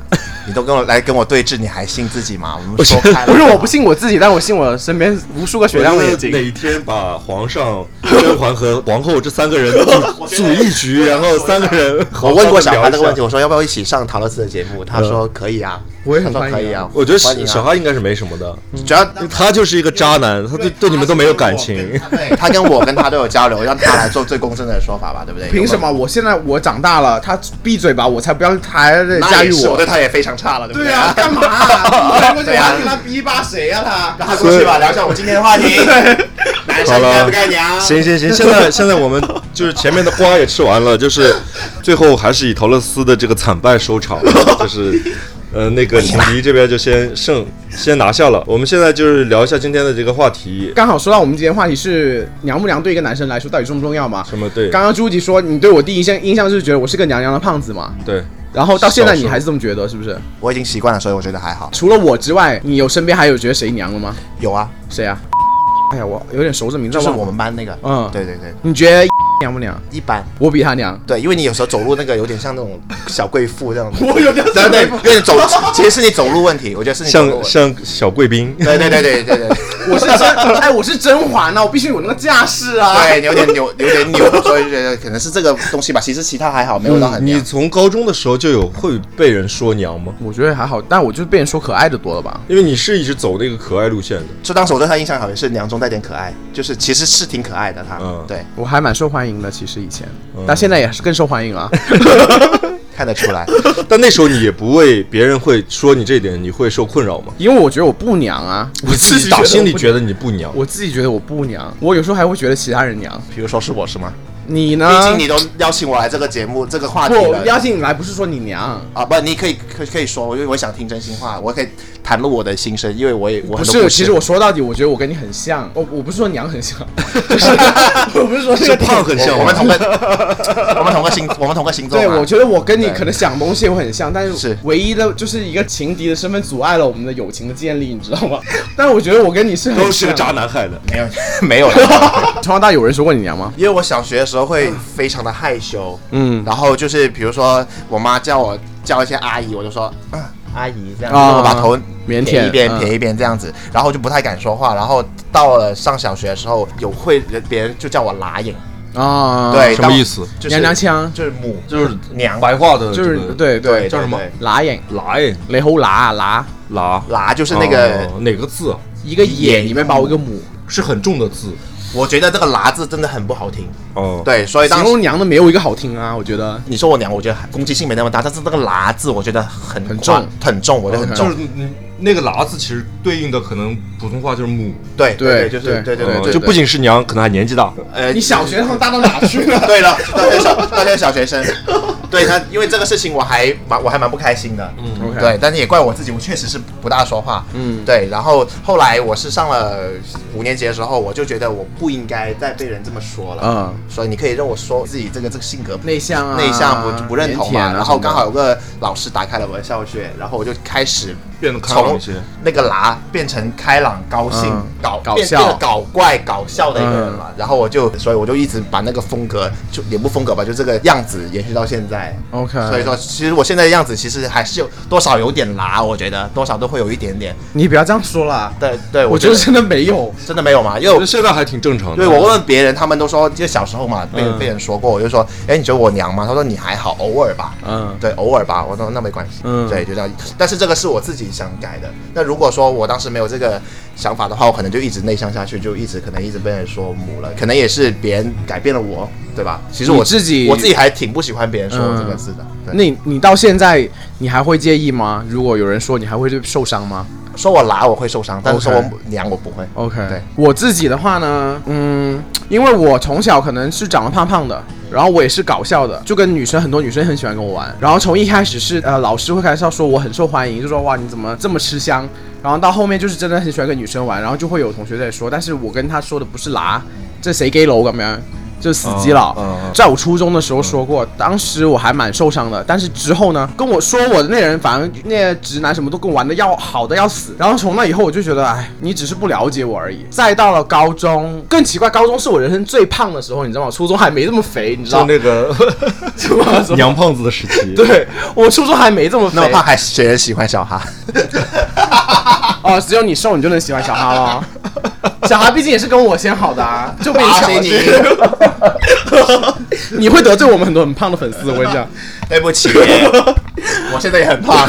你都跟我对峙，你还信自己吗？我们说开了。 不是我不信我自己，但我信我身边无数个雪亮的眼睛。 哪一天把皇上、甄嬛和皇后这3个人组一局，然后3个人我问过小哈这个问题，我说要不要一起上陶乐斯的节目，他说可以啊， 我也很他说可以啊。 我觉得小哈应该是没什么的， 主要他就是一个渣男，他对你们都没有感情。 他跟我跟他都有交流，让他来做最公正的说法吧，对不对？ 凭什么？我现在我长大了，他闭嘴吧，我才不要他还在驾驭我。 对他也非常差了，对不对？ 对啊，干嘛？对啊，他逼巴谁啊他？ 让他过去吧，聊一下我们今天的话题。男生该不该娘？ 行，现在我们就是前面的花也吃完了，就是最后还是以陶乐斯的这个惨败收场，就是那个情敌这边就先拿下了。我们现在就是聊一下今天的这个话题。 刚好说到我们今天话题是娘不娘对一个男生来说到底重不重要嘛？ 什么对？ 刚刚朱吉说你对我第一印象是觉得我是个娘娘的胖子嘛？ 对。 然后到现在你还是这么觉得是不是？ 我已经习惯了，所以我觉得还好。 除了我之外，你身边还有觉得谁娘了吗？ 有啊。 谁啊？哎呀，我有点熟这名字。 就是我们班那个。对。 你觉得娘不娘？ 一般。 我比他娘。 对，因为你有时候走路那个有点像那种小贵妇这样子。 我有点小贵妇。 有点其实是你走路问题，我觉得是你走路像小贵宾。 对。 我是甄嬛啊，我必须有那个架势啊。 对，有点扭，所以觉得可能是这个东西吧。其实其他还好，没有到很娘。 你从高中的时候就会被人说娘吗？ 我觉得还好，但我就是被人说可爱的多了吧。 因为你是一直走那个可爱路线的。 就当时我对他印象好像是娘中带点可爱，就是其实是挺可爱的他。对， 我还蛮受欢迎的，其实以前，但现在也是更受欢迎了。 看得出来。 但那时候你也不为别人会说你这一点，你会受困扰吗？ 因为我觉得我不娘啊， 我自己打心里觉得你不娘。 我自己觉得我不娘，我有时候还会觉得其他人娘。 比如说是我是吗？ 你呢？ 毕竟你都邀请我来这个节目这个话题了。 不，邀请你来不是说你娘啊，不，你可以说，因为我想听真心话，我可以袒露我的心声，因为我不是，其实我说到底，我觉得我跟你很像，我不是说娘很像，就是我不是说是胖很像， 我们同个星座。 对，我觉得我跟你可能想东西会很像，但是唯一的就是一个情敌的身份阻碍了我们的友情的建立，你知道吗？但我觉得我跟你是很都是个渣男害的， 没有。 从小到大有人说过你娘吗？ 因为我小学的时候会非常的害羞，然后就是比如说我妈叫一些阿姨，我就说阿姨这样，我把头腼腆一边这样子，然后就不太敢说话。然后到了上小学的时候，别人就叫我喇眼啊， 对，什么意思？ 就是娘娘腔， 就是母， 就是娘， 白话的， 就是对， 叫什么？ 喇眼，你好喇， 就是那个哪个字？ 一个眼里面包一个母， 是很重的字。 我觉得这个喇字真的很不好听对，所以形容娘的没有一个好听啊，我觉得。 你说我娘，我觉得攻击性没那么大，但是这个喇字我觉得很重，我觉得很重。 就是那个喇字其实对应的可能普通话就是母， 对，就是对， 就不仅是娘，可能还年纪大。 你小学生大到哪去了？ 对了，大学小学生。对他，因为这个事情我还蛮不开心的，对，但是也怪我自己，我确实是不大说话，对，然后后来我是上了5年级的时候，我就觉得我不应该再被人这么说了，所以你可以让我说自己这个性格内向不认同嘛，然后刚好有个老师打开了我的校穴，然后我就开始变得开朗一些， 那个喇变成开朗、高兴、 搞笑、 变得搞怪、搞笑的一个人嘛，然后所以我就一直把那个风格，就脸部风格吧，就这个样子延续到现在。 OK， 所以说，其实我现在的样子其实还是多少有点喇，我觉得多少都会有一点点。 你不要这样说啦。 对， 我觉得真的没有嘛，因为现在还挺正常的。 对，我问别人，他们都说，就小时候嘛，被人说过，我就说，你觉得我娘吗？他说你还好，偶尔吧。对，偶尔吧。我说那没关系。对，就这样。但是这个是我自己想改的。那如果说我当时没有这个想法的话，我可能就一直内向下去，就可能一直被人说母了。可能也是别人改变了我，对吧？其实我自己还挺不喜欢别人说这个字的。 你到现在你还会介意吗？如果有人说你还会受伤吗？ 说我喇我会受伤，但是说我娘我不会。 OK， 对， 我自己的话呢，因为我从小可能是长得胖胖的，然后我也是搞笑的，就跟很多女生很喜欢跟我玩。然后从一开始是老师会开始说我很受欢迎，就说哇你怎么这么吃香，然后到后面就是真的很喜欢跟女生玩，然后就会有同学在说，但是我跟他说的不是喇，這死基佬咁樣。 就是死基佬，在我初中的时候说过，当时我还蛮受伤的，但是之后呢，跟我说我的那人，反正那些直男什么都跟我玩的要好的要死，然后从那以后我就觉得，哎，你只是不了解我而已。再到了高中，更奇怪，高中是我人生最胖的时候，你知道吗？初中还没这么肥，你知道吗？ 就那个娘胖子的时期。 对，我初中还没这么肥， 那么胖还谁人喜欢小哈？ 哦，只有你瘦，你就能喜欢小哈了。小哈毕竟也是跟我先好的啊，就被你抢了你。你会得罪我们很多很胖的粉丝，我跟你讲。 对不起，我现在也很胖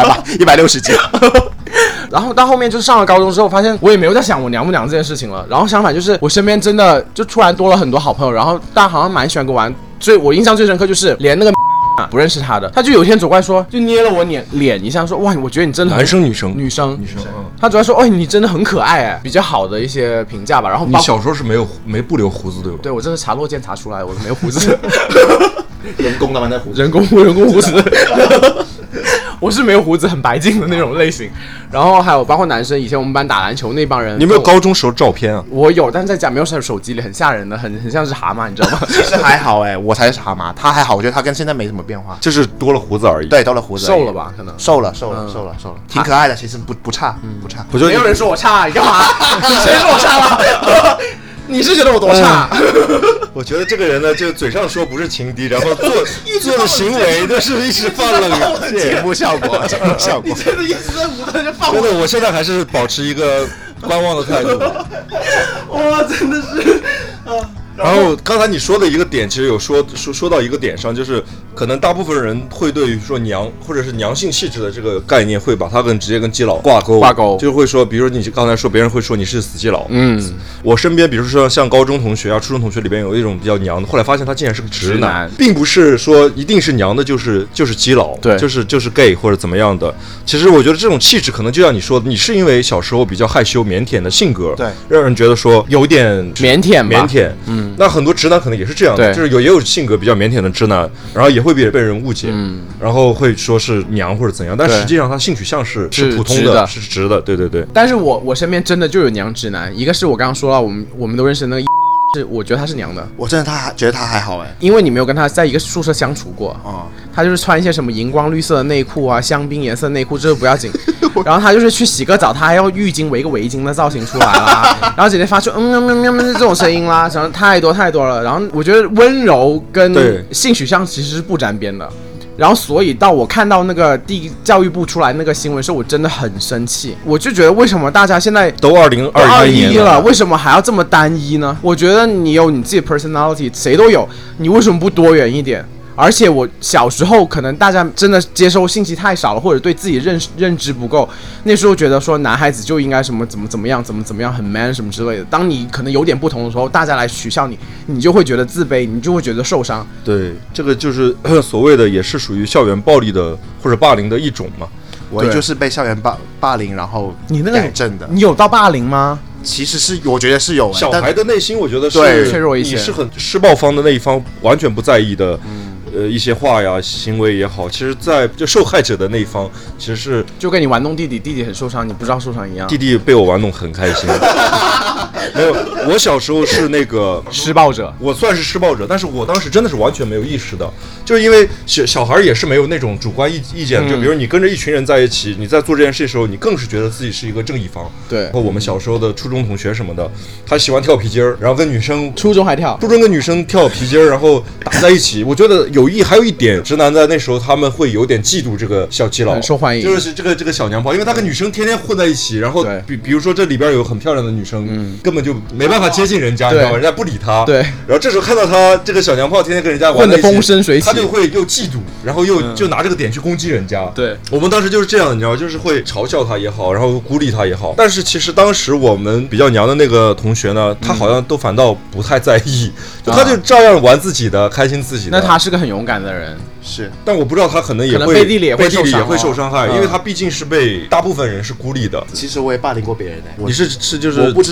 ，160斤。 然后到后面就是上了高中之后，发现我也没有在想我娘不娘这件事情了。然后相反就是我身边真的就突然多了很多好朋友，然后大家好像蛮喜欢跟我玩。所以我印象最深刻就是连那个不认识他的，他就有一天走过来说，就捏了我脸一下，说哇，我觉得你真的很男生女生女生，他主要说，哦，你真的很可爱哎，比较好的一些评价吧。然后你小时候是没不留胡子对吧？ 对，我这是查落剑查出来的，我没有胡子， 人工的吗？那胡子？ 人工胡子。我是没有胡子很白净的那种类型，然后还有包括男生，以前我们班打篮球那帮人， 你有没有高中时候照片啊？ 我有，但是在家没有手机里，很吓人的，很像是蛤蟆，你知道吗？ 其实还好哎，我才是蛤蟆，他还好，我觉得他跟现在没什么变化， 就是多了胡子而已。 对，多了胡子， 瘦了吧？可能瘦了，挺可爱的，其实不差，不差。 我觉得没有人说我差，你干嘛？谁说我差了？你是觉得我多差？ 我觉得这个人呢，就嘴上说不是情敌，然后做的行为都是一直放冷箭。 节目效果。 你真的一直在无端就放真的，我现在还是保持一个观望的态度。 哇，真的是然后刚才你说的一个点，其实有说到一个点上，就是可能大部分人会对于说娘或者是娘性气质的这个概念，会把它直接跟基佬挂钩，就是会说，比如你刚才说别人会说你是死基佬，我身边比如说像高中同学啊、初中同学里边有一种比较娘的，后来发现他竟然是个直男，并不是说一定是娘的就是基佬， 对， 就是 gay 或者怎么样的。其实我觉得这种气质可能就像你说的，你是因为小时候比较害羞腼腆的性格， 对， 让人觉得说有点腼腆， 那很多直男可能也是这样的，就是也有性格比较腼腆的直男，然后也会被人误解，然后会说是娘或者怎样，但实际上他性取向是普通的，是直的，对。 但是我身边真的就有娘直男，一个是我刚刚说了，我们都认识的那个。是，我觉得他是娘的。 我真的觉得他还好哎， 因为你没有跟他在一个宿舍相处过啊。他就是穿一些什么荧光绿色的内裤啊、香槟颜色内裤，这个不要紧。然后他就是去洗个澡，他还要浴巾围个围巾的造型出来啦，然后直接发出这种声音啦，然后太多了。然后我觉得温柔跟性取向其实是不沾边的。然后，所以到我看到那个教育部出来那个新闻的时候，我真的很生气。我就觉得为什么大家现在都2021年了，为什么还要这么单一呢？我觉得你有你自己的 personality， 谁都有，你为什么不多元一点？而且我小时候可能大家真的接收信息太少了，或者对自己认知不够，那时候觉得说男孩子就应该什么怎么样很 man 什么之类的。当你可能有点不同的时候，大家来取笑你，你就会觉得自卑，你就会觉得受伤。 对，这个就是所谓的也是属于校园暴力的或者霸凌的一种嘛。 我就是被校园霸凌然后改正的。 你有到霸凌吗？ 其实是我觉得是有， 小孩的内心我觉得是脆弱一些， 你是很施暴方的那一方完全不在意的。一些话呀、行为也好，其实在就受害者的那一方，其实是就跟你玩弄弟弟很受伤，你不知道受伤一样。 弟弟被我玩弄很开心。没有，我小时候是那个施暴者， 我算是施暴者，但是我当时真的是完全没有意识的，就是因为小孩也是没有那种主观意见，就比如你跟着一群人在一起，你在做这件事的时候，你更是觉得自己是一个正义方。 对， 然后我们小时候的初中同学什么的，他喜欢跳皮筋儿，然后跟女生初中跟女生跳皮筋儿，然后打在一起。我觉得还有一点，直男在那时候他们会有点嫉妒这个小基佬， 很受欢迎， 就是这个小娘炮，因为他跟女生天天混在一起，然后比如说这里边有很漂亮的女生，根本就没办法接近人家，你知道吗？人家不理他。 对。 然后这时候看到他这个小娘炮天天跟人家玩在一起， 混得风生水起， 他就会又嫉妒，然后就拿这个点去攻击人家。 对。 我们当时就是这样，你知道，就是会嘲笑他也好，然后孤立他也好。但是其实当时我们比较娘的那个同学呢，他好像都反倒不太在意，他就照样玩自己的，开心自己的。 那他是个很勇敢的人。 是， 但我不知道他可能也会背地里也会受伤害，因为他毕竟是被大部分人是孤立的。 其实我也霸凌过别人的。 你是就是我不知道是在我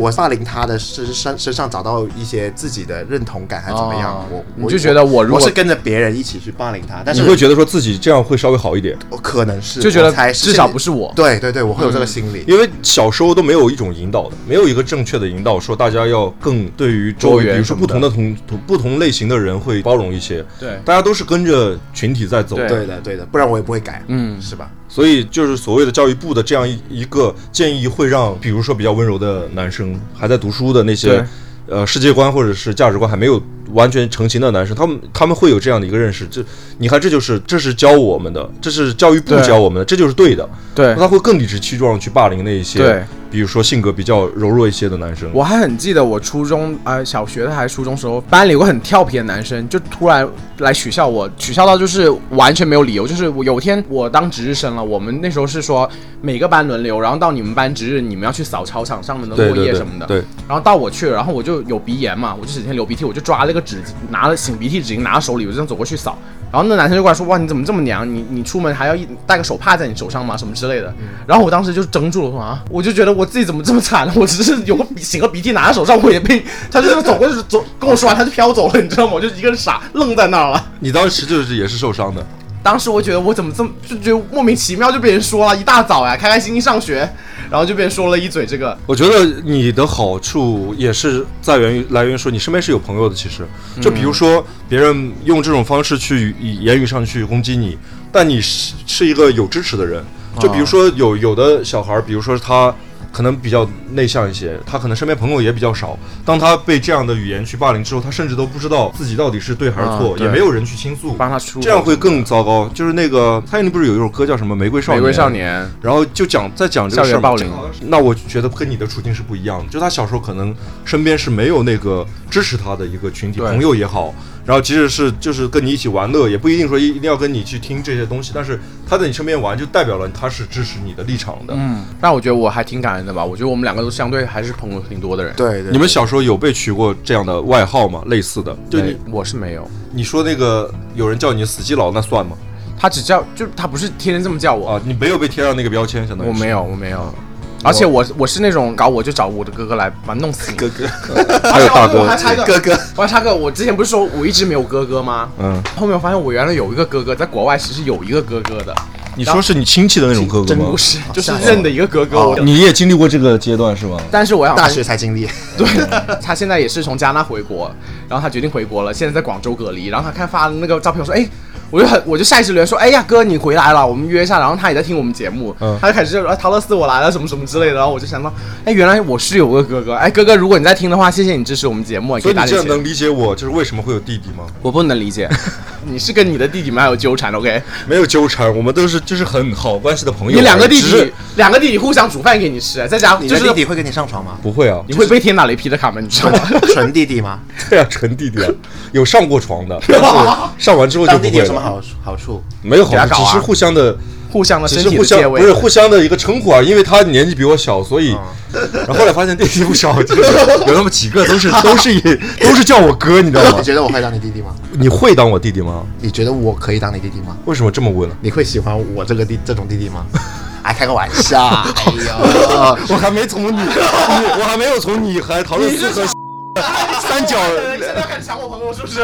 我霸凌他的身上找到一些自己的认同感还是怎么样， 我就觉得我是跟着别人一起去霸凌他，但是你会觉得说自己这样会稍微好一点， 可能是就觉得至少不是我。 对对对，我会有这个心理， 因为小时候都没有一种引导的，没有一个正确的引导，说大家要更对于周围，比如说不同类型的人会包容一些。 对， 大家都是跟着群体在走。 对的，不然我也不会改，是吧？ 所以就是所谓的教育部的这样一个建议，会让比如说比较温柔的男生，还在读书的那些世界观或者是价值观还没有完全成型的男生，他们会有这样的一个认识，你看这是教我们的，这是教育部教我们的，这就是对的。 对， 他会更理直气壮去霸凌那一些，比如说性格比较柔弱一些的男生。 我还很记得我初中小学的还是初中时候，班里有个很调皮的男生，就突然来取笑我，取笑到就是完全没有理由。就是有一天我当值日生了，我们那时候是说每个班轮流，然后到你们班值日，你们要去扫操场上面的落叶什么的。 对。 然后到我去了，然后我就有鼻炎嘛，我就整天流鼻涕，我就抓了个拿了擤鼻涕纸巾拿到手里，我就这样走过去扫。然后那男生就过来说：“哇，你怎么这么娘？你出门还要带个手帕在你手上吗？什么之类的。”然后我当时就怔住了，说啊，我就觉得我自己怎么这么惨了？我只是有个擤个鼻涕拿在手上，我也被他就走过去跟我说完，他就飘走了，你知道吗？我就一个人傻愣在那儿了。 你当时就是也是受伤的。 当时我觉得我怎么这么就觉得莫名其妙就被人说了，一大早呀，开开心心上学，然后就被人说了一嘴这个。 我觉得你的好处也是来源于说你身边是有朋友的，其实就比如说别人用这种方式去以言语上去攻击你，但你是一个有支持的人。就比如说有的小孩，比如说他可能比较内向一些，他可能身边朋友也比较少。当他被这样的语言去霸凌之后，他甚至都不知道自己到底是对还是错，也没有人去倾诉， 帮他出， 这样会更糟糕。就是那个蔡依林不是有一首歌叫什么《玫瑰少年》？玫瑰少年， 然后就在讲这个校园暴凌。 那我觉得跟你的处境是不一样的，就他小时候可能身边是没有那个支持他的一个群体，朋友也好。然后即使是就是跟你一起玩乐，也不一定说一定要跟你去听这些东西，但是他在你身边玩，就代表了他是支持你的立场的。 但我觉得我还挺感恩的吧。我觉得我们两个都相对还是朋友挺多的人。 对。 你们小时候有被取过这样的外号吗？类似的？就我是没有。 你说那个有人叫你死基佬，那算吗？ 他只叫，就他不是天天这么叫我啊。你没有被贴上那个标签，相当于。 我没有。而且我是那种搞我就找我的哥哥来把弄死哥哥， 还有大哥，我还插一个哥哥， 我还插个，我之前不是说我一直没有哥哥吗？后面我发现我原来有一个哥哥，在国外其实有一个哥哥的。 你说是你亲戚的那种哥哥吗？ 真不是，就是认的一个哥哥。 你也经历过这个阶段是吗？ 但是我想大学才经历。 对，他现在也是从加拿大回国，然后他决定回国了，现在在广州隔离。然后他看发那个照片，我说哎。我就下意识留言说，哎呀哥，你回来了，我们约一下。然后他也在听我们节目，他就开始就陶乐斯我来了什么什么之类的。然后我就想到，哎，原来我是有个哥哥。哎，哥哥，如果你在听的话，谢谢你支持我们节目。 所以你这样能理解我就是为什么会有弟弟吗？ 我不能理解，你是跟你的弟弟们还有纠缠 ，OK？ 没有纠缠，我们都是就是很好关系的朋友。 你两个弟弟互相煮饭给你吃，在家你的弟弟会跟你上床吗？ 不会啊， 你会被天打雷劈的卡门，你知道吗？ 纯弟弟吗？ 对啊，纯弟弟啊，有上过床的，但是上完之后就不会了。 当弟弟有什么好处？ 没有好处，只是互相的身体的借位， 不是互相的一个称呼啊。因为他年纪比我小，所以，然后后来发现弟弟不少，就是有那么几个都是叫我哥，你知道吗？ 你觉得我会当你弟弟吗？ 你会当我弟弟吗？ 你觉得我可以当你弟弟吗？ 为什么这么问？ 你会喜欢我这种弟弟吗？哎，开个玩笑，哎呦， 我还没有从你还讨论四和三角， 你现在要开始抢我朋友是不是？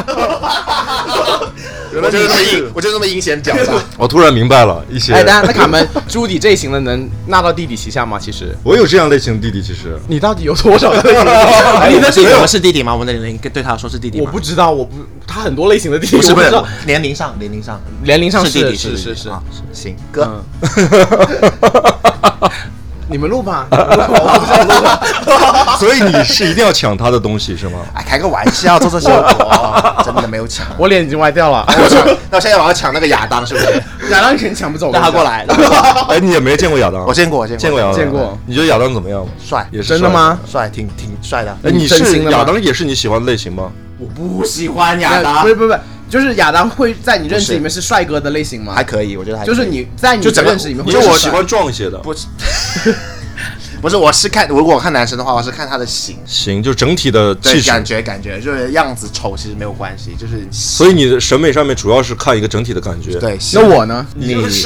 我就这么阴险狡诈。 我突然明白了一些。 哎，那卡门朱迪这一型的能纳到弟弟旗下吗？其实我有这样类型的弟弟，其实你到底有多少个？ 你的我们是弟弟吗？我们的年龄对他说是弟弟吗？ 我不知道，他很多类型的弟弟， 不是年龄上是弟弟是行哥。 你们录吧， 所以你是一定要抢他的东西是吗？ 哎，开个玩笑，做效果，真的没有抢。 我脸已经歪掉了。 那我现在我要抢那个亚当，是不是？ 亚当肯定抢不走， 让他过来。 哎，你也没见过亚当？ 我见过亚当。见过。你觉得亚当怎么样？ 帅， 也是真的吗？ 帅，挺帅的。 哎，你是亚当也是你喜欢的类型吗？ 我不喜欢亚当。 不是。就是亚当会在你认识里面是帅哥的类型吗？ 还可以，我觉得还可以。 就是你在你的认识里面会， 就我喜欢壮一些的。 不是，我是看，如果我看男生的话，我是看他的型， 就整体的气质。 感觉就是样子丑其实没有关系，就是。 所以你的审美上面主要是看一个整体的感觉。 对。 那我呢？ 你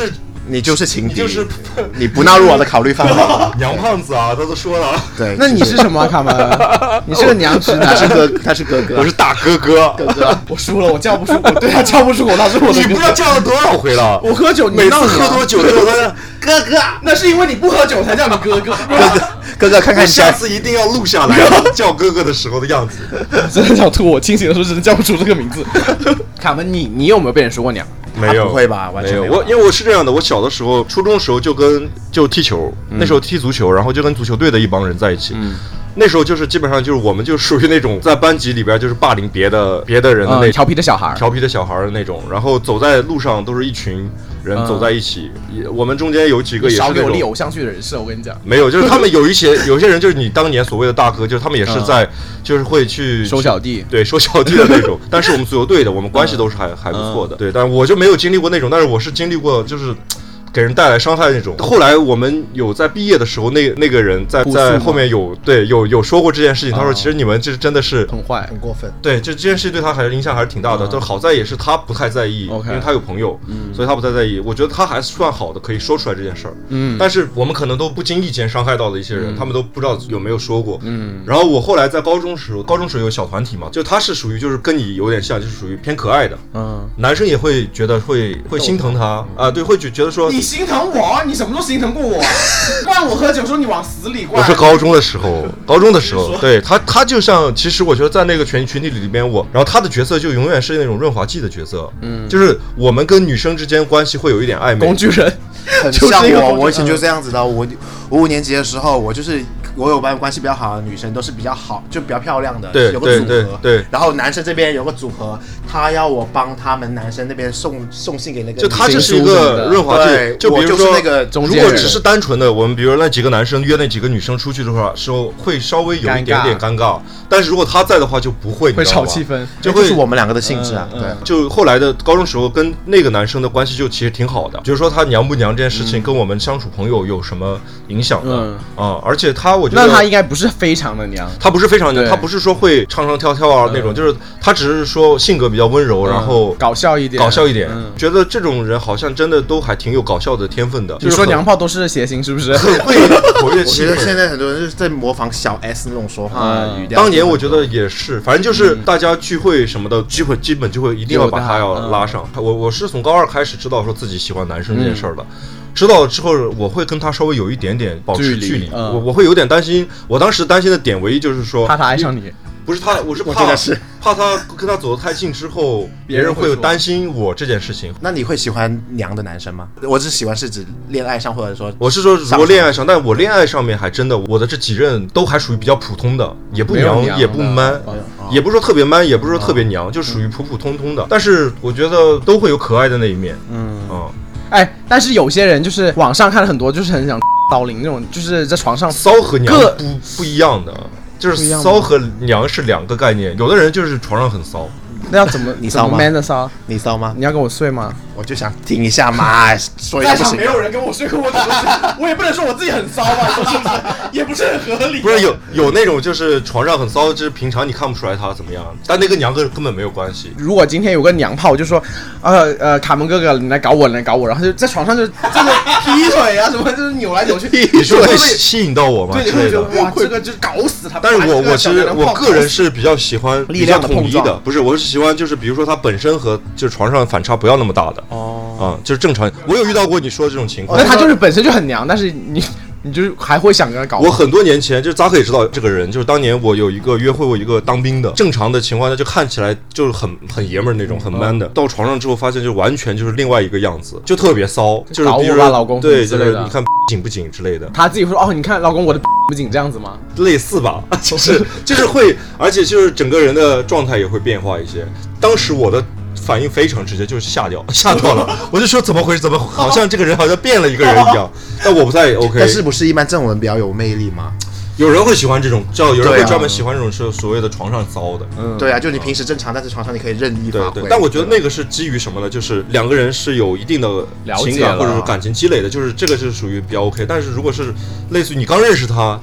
你就是情敌， 就是你不纳入我的考虑范围。 娘胖子啊，他都说了。 对， 那你是什么，卡门？你是个娘直男。 他是哥哥， 我是大哥哥。 哥哥， 我输了，我叫不出口，对他叫不出口，他是我的哥哥。 你不知道叫了多少回了？ 我喝酒， 每次喝多酒之后，他说哥哥， 那是因为你不喝酒才叫你哥哥。 哥哥，看看你下次一定要录下来叫哥哥的时候的样子。 真的想吐，我清醒的时候真的叫不出这个名字。卡门，你有没有被人说过娘？ 没有， 不会吧？完全没有。因为我是这样的，我小的时候，初中的时候就踢球，那时候踢足球，然后就跟足球队的一帮人在一起。那时候就是基本上就是我们就属于那种在班级里边就是霸凌别的人的那调皮的小孩的那种，然后走在路上都是一群人走在一起，我们中间有几个也是那种少给我立偶像剧的人设，我跟你讲， 没有，就是他们有些人就是你当年所谓的大哥，就是他们也是在就是会去收小弟， 对，收小弟的那种，但是我们足球队的，我们关系都是还不错的，对，但我就没有经历过那种，但是我是经历过就是。给人带来伤害那种。后来我们有在毕业的时候，那个人在后面有说过这件事情。他说：“其实你们这真的是很坏， 很过分。” 对，这件事对他还是影响还是挺大的。就好在也是他不太在意，因为他有朋友，所以他不太在意。我觉得他还算好的，可以说出来这件事儿。但是我们可能都不经意间伤害到了一些人，他们都不知道有没有说过。然后我后来在高中时候有小团体嘛，就他是属于就是跟你有点像，就是属于偏可爱的。男生也会觉得会心疼他啊，对，会觉得说。 你心疼我，你什么时候心疼过我？灌我喝酒说你往死里灌。 我是高中的时候，对他就像，其实我觉得在那个群体里边，然后他的角色就永远是那种润滑剂的角色，就是我们跟女生之间关系会有一点暧昧， 工具人， 很像我以前就是这样子的。我5年级的时候，我有班关系比较好的女生都是比较好，就比较漂亮的， 对， 有个组合， 对。 然后男生这边有个组合，他要我帮他们男生那边送信给那个， 就他就是一个润滑剂，就比如说那个如果只是单纯的我们，比如那几个男生约那几个女生出去的时候，会稍微有一点点尴尬，但是如果他在的话就不会炒气氛， 就是我们两个的性质啊，对。 就后来的高中时候跟那个男生的关系就其实挺好的，就是说他娘不娘这件事情跟我们相处朋友有什么影响的而且我觉得那他应该不是非常的娘， 他不是非常娘，他不是说会唱唱跳跳啊那种，就是他只是说性格比较温柔，然后搞笑一点， 觉得这种人好像真的都还挺有搞笑的天分的。 你说娘炮都是谐星是不是？ 很会活跃气氛。 我觉得现在很多人就是在模仿小 S 那种说话语调。 当年我觉得也是，反正就是大家聚会什么的，基本就会一定要把他要拉上。我是从高2开始知道说自己喜欢男生这件事儿的。知道了之后，我会跟他稍微有一点点保持距离，我会有点担心。我当时担心的点唯一就是说， 怕他爱上你， 不是他，我是怕他跟他走得太近之后，别人会担心我这件事情。 那你会喜欢娘的男生吗？我是喜欢是指恋爱上，或者说我是说如果恋爱上，但我恋爱上面还真的，我的这几任都还属于比较普通的，也不娘也不 man，也不是说特别 man，也不是说特别娘，就属于普普通通的。但是我觉得都会有可爱的那一面， 哎，但是有些人就是网上看了很多，就是很想骚灵那种，就是在床上骚和娘不一样的，就是骚和娘是两个概念。有的人就是床上很骚， 那要怎么你骚吗 ？man 的骚， 你骚吗？ 你要跟我睡吗？ 我就想听一下嘛，所以在场没有人跟我睡过，我也不能说我自己很骚吧，是不是？也不是很合理。 不是有那种就是床上很骚，就是平常你看不出来他怎么样，但那个娘根本没有关系。 如果今天有个娘炮，就说卡门哥哥你来搞我，然后就在床上就真的劈腿啊什么，就是扭来扭去。 你说会吸引到我吗？ 对，会觉得哇，这个就搞死他。 但是我其实我个人是比较喜欢力量的统一的，不是，我是喜欢就是比如说他本身和就是床上反差不要那么大的。就是正常。我有遇到过你说的这种情况， 那他就是本身就很娘，但是你就是还会想跟他搞。 我很多年前就是扎克也知道这个人，就是当年我有一个约会过一个当兵的，正常的情况下就看起来就是很爷们儿那种，很 man 的。到床上之后发现就完全就是另外一个样子，就特别骚，就是比如说老公对，就是你看紧不紧之类的。 他自己会说你看老公我的不紧这样子吗？ 类似吧，就是会，而且就是整个人的状态也会变化一些。当时我的反应非常直接，就是吓掉了，我就说怎么回事？怎么好像这个人好像变了一个人一样？但我不太 OK。 但是不是一般正文比较有魅力吗？ 有人会喜欢这种，有人会专门喜欢这种是所谓的床上骚的。 对啊，就你平时正常，但是床上你可以任意发挥。 但我觉得那个是基于什么呢？就是两个人是有一定的情感或者是感情积累的，就是这个是属于比较 OK。但是如果是类似于你刚认识他就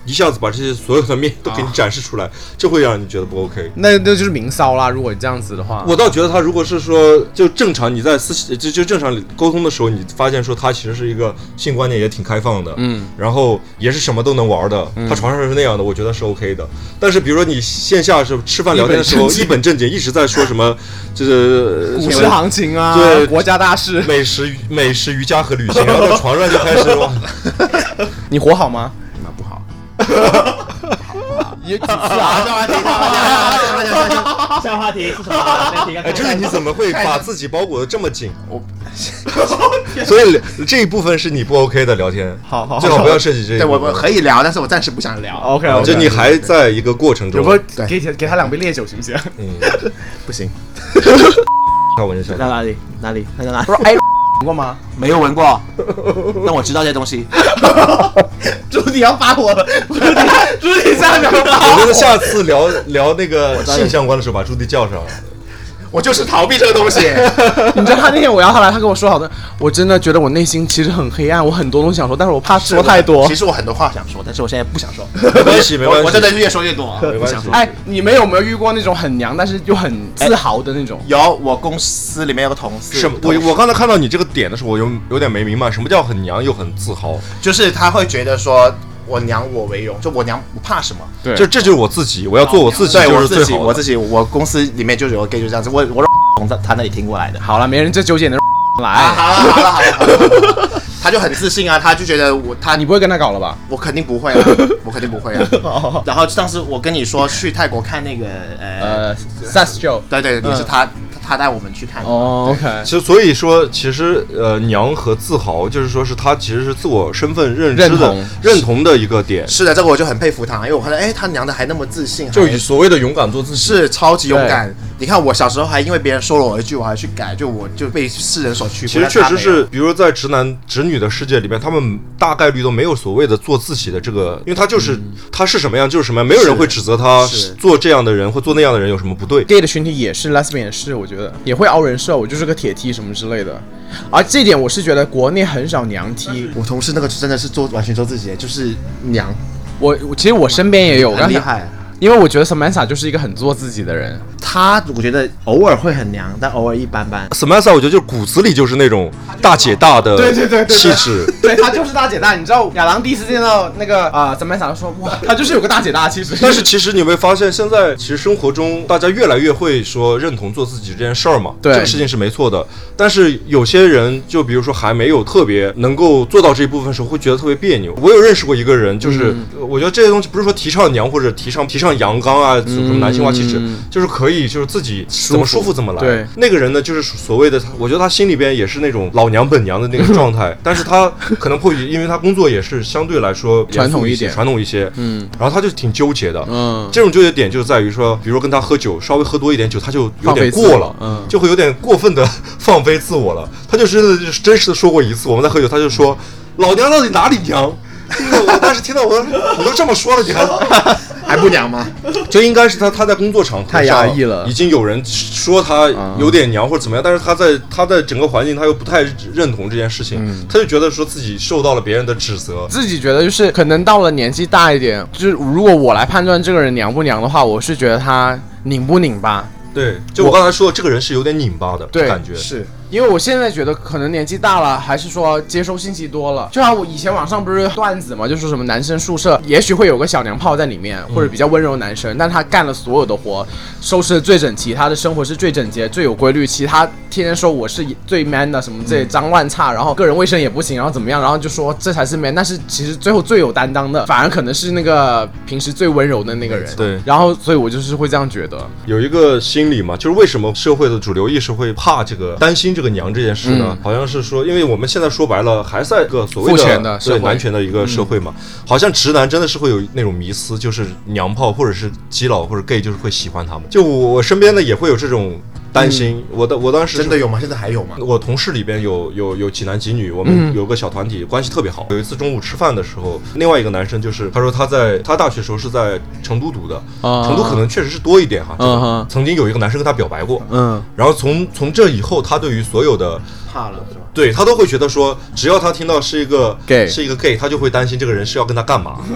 一下子把这些所有的面都给你展示出来，这会让你觉得不 OK。 那就是明骚啦，如果这样子的话。 我倒觉得他如果是说就正常你在就正常沟通的时候，你发现说他其实是一个性观念也挺开放的，然后也是什么都能玩的，他床上是那样的，我觉得是 OK 的。但是比如说你线下是吃饭聊天的时候一本正经一直在说什么就是股市行情啊， 对， 国家大事， 美食瑜伽和旅行，然后到床上就开始哇， 你活好吗？ 不好。 也几次啊？ 下话题是什么？ 哎，这个你怎么会把自己包裹得这么紧？所以这一部分是你不 OK 的聊天， 好， 最好不要涉及这一对， 部分。 我可以聊，但是我暂时不想聊。 OK， 就你还在一个过程中。 有没有给他2杯烈酒行不行？ 不行。 看闻一下。 哪里？他在哪里？ 不是哎，闻过吗？ 没有闻过，但我知道这些东西。 朱迪要发火了，朱迪下面要发火。 我觉得下次聊那个性相关的时候，把朱迪叫上。 我就是逃避这个东西。 你知道他那天我要他来，他跟我说好的，我真的觉得我内心其实很黑暗，我很多东西想说，但是我怕说太多。 其实我很多话想说，但是我现在不想说。 没关系， 我真的是越说越多， 没关系。 哎，你们有没有遇过那种很娘，但是又很自豪的那种？ 有，我公司里面有个同事。 我刚才看到你这个点的时候，我有点没明白，什么叫很娘又很自豪？ 就是他会觉得说。我娘我为荣，就我娘不怕什么， 对， 这就是我自己，我要做我自己，就是最好的。 我自己，我公司里面就有个 gay 就这样子，我从他那里听过来的。 好了，没人这纠结的来。 好了，他就很自信啊，他就觉得你不会跟他搞了吧？ 我肯定不会啊，然后当时我跟你说去泰国看那个 sex show， 对，也是他带我们去看的。 哦 ，OK。 所以说，其实娘和自豪，就是说是他其实是自我身份认同的一个点。 是的，这个我就很佩服他，因为我看到他娘的还那么自信， 就以所谓的勇敢做自己， 是超级勇敢。你看我小时候还因为别人说了我一句，我还去改，我就被世人所屈服。 其实确实是，比如在直男直女的世界里面，他们大概率都没有所谓的做自己的这个，因为他是什么样就是什么样，没有人会指责他做这样的人或做那样的人有什么不对。 gay 的群体也是 lesbian 也是，我觉得也会凹人设，我就是个铁 T 什么之类的。而这点我是觉得国内很少娘 T。 我同事那个真的是完全做自己，就是娘。 其实我身边也有， 很厉害。 因为我觉得 Samantha 就是一个很做自己的人， 我觉得偶尔会很娘，但偶尔一般般。 Samantha 我觉得就是骨子里就是那种大姐大的气质， 对，她就是大姐大。你知道亚郎第一次见到那个Samantha 就说哇，她就是有个大姐大的气质。 但是其实你会发现，现在其实生活中大家越来越会说认同做自己这件事儿嘛， 对， 这个事情是没错的。但是有些人就比如说还没有特别能够做到这一部分的时候，会觉得特别别扭。我有认识过一个人，就是我觉得这些东西不是说提倡娘或者提倡阳刚啊。什么男性化气质，就是可以，就是自己怎么舒服怎么来。 对， 那个人呢，就是所谓的，我觉得他心里边也是那种老娘本娘的那个状态，但是他可能会因为他工作也是相对来说传统一些， 然后他就挺纠结的，这种纠结点就在于说，比如说跟他喝酒，稍微喝多一点酒，他就有点过了，就会有点过分的放飞自我了。他就真实的说过一次，我们在喝酒，他就说老娘到底哪里娘？我当时听到你都这么说了，你还不娘吗？ 就应该是他在工作场合太压抑了， 已经有人说他有点娘或者怎么样，但是他在整个环境他又不太认同这件事情，他就觉得说自己受到了别人的指责， 自己觉得就是可能到了年纪大一点，就是如果我来判断这个人娘不娘的话，我是觉得他拧不拧巴。 对，就我刚才说的，这个人是有点拧巴的感觉， 是因为我现在觉得可能年纪大了，还是说接收信息多了。就像我以前网上不是段子嘛，就说什么男生宿舍也许会有个小娘炮在里面，或者比较温柔的男生，但他干了所有的活，收拾的最整齐，他的生活是最整洁、最有规律。其他天天说我是最 man 的，什么这些脏乱差，然后个人卫生也不行，然后怎么样，然后就说这才是 man。但是其实最后最有担当的，反而可能是那个平时最温柔的那个人。 对， 然后所以我就是会这样觉得。 有一个心理嘛，就是为什么社会的主流意识会怕担心这个娘这件事呢？好像是说，因为我们现在说白了，还在一个所谓的对男权的一个社会嘛，好像直男真的是会有那种迷思，就是娘炮或者是基佬或者 gay 就是会喜欢他们。就我身边的也会有这种担心，我当时真的有吗？现在还有吗？ 我同事里边有几男几女，我们有个小团体，关系特别好。有一次中午吃饭的时候，另外一个男生就是他说他大学时候是在成都读的，成都可能确实是多一点哈。曾经有一个男生跟他表白过，然后从这以后，他对于所有的怕了是吧？ 对他都会觉得说，只要他听到是一个 gay， 他就会担心这个人是要跟他干嘛。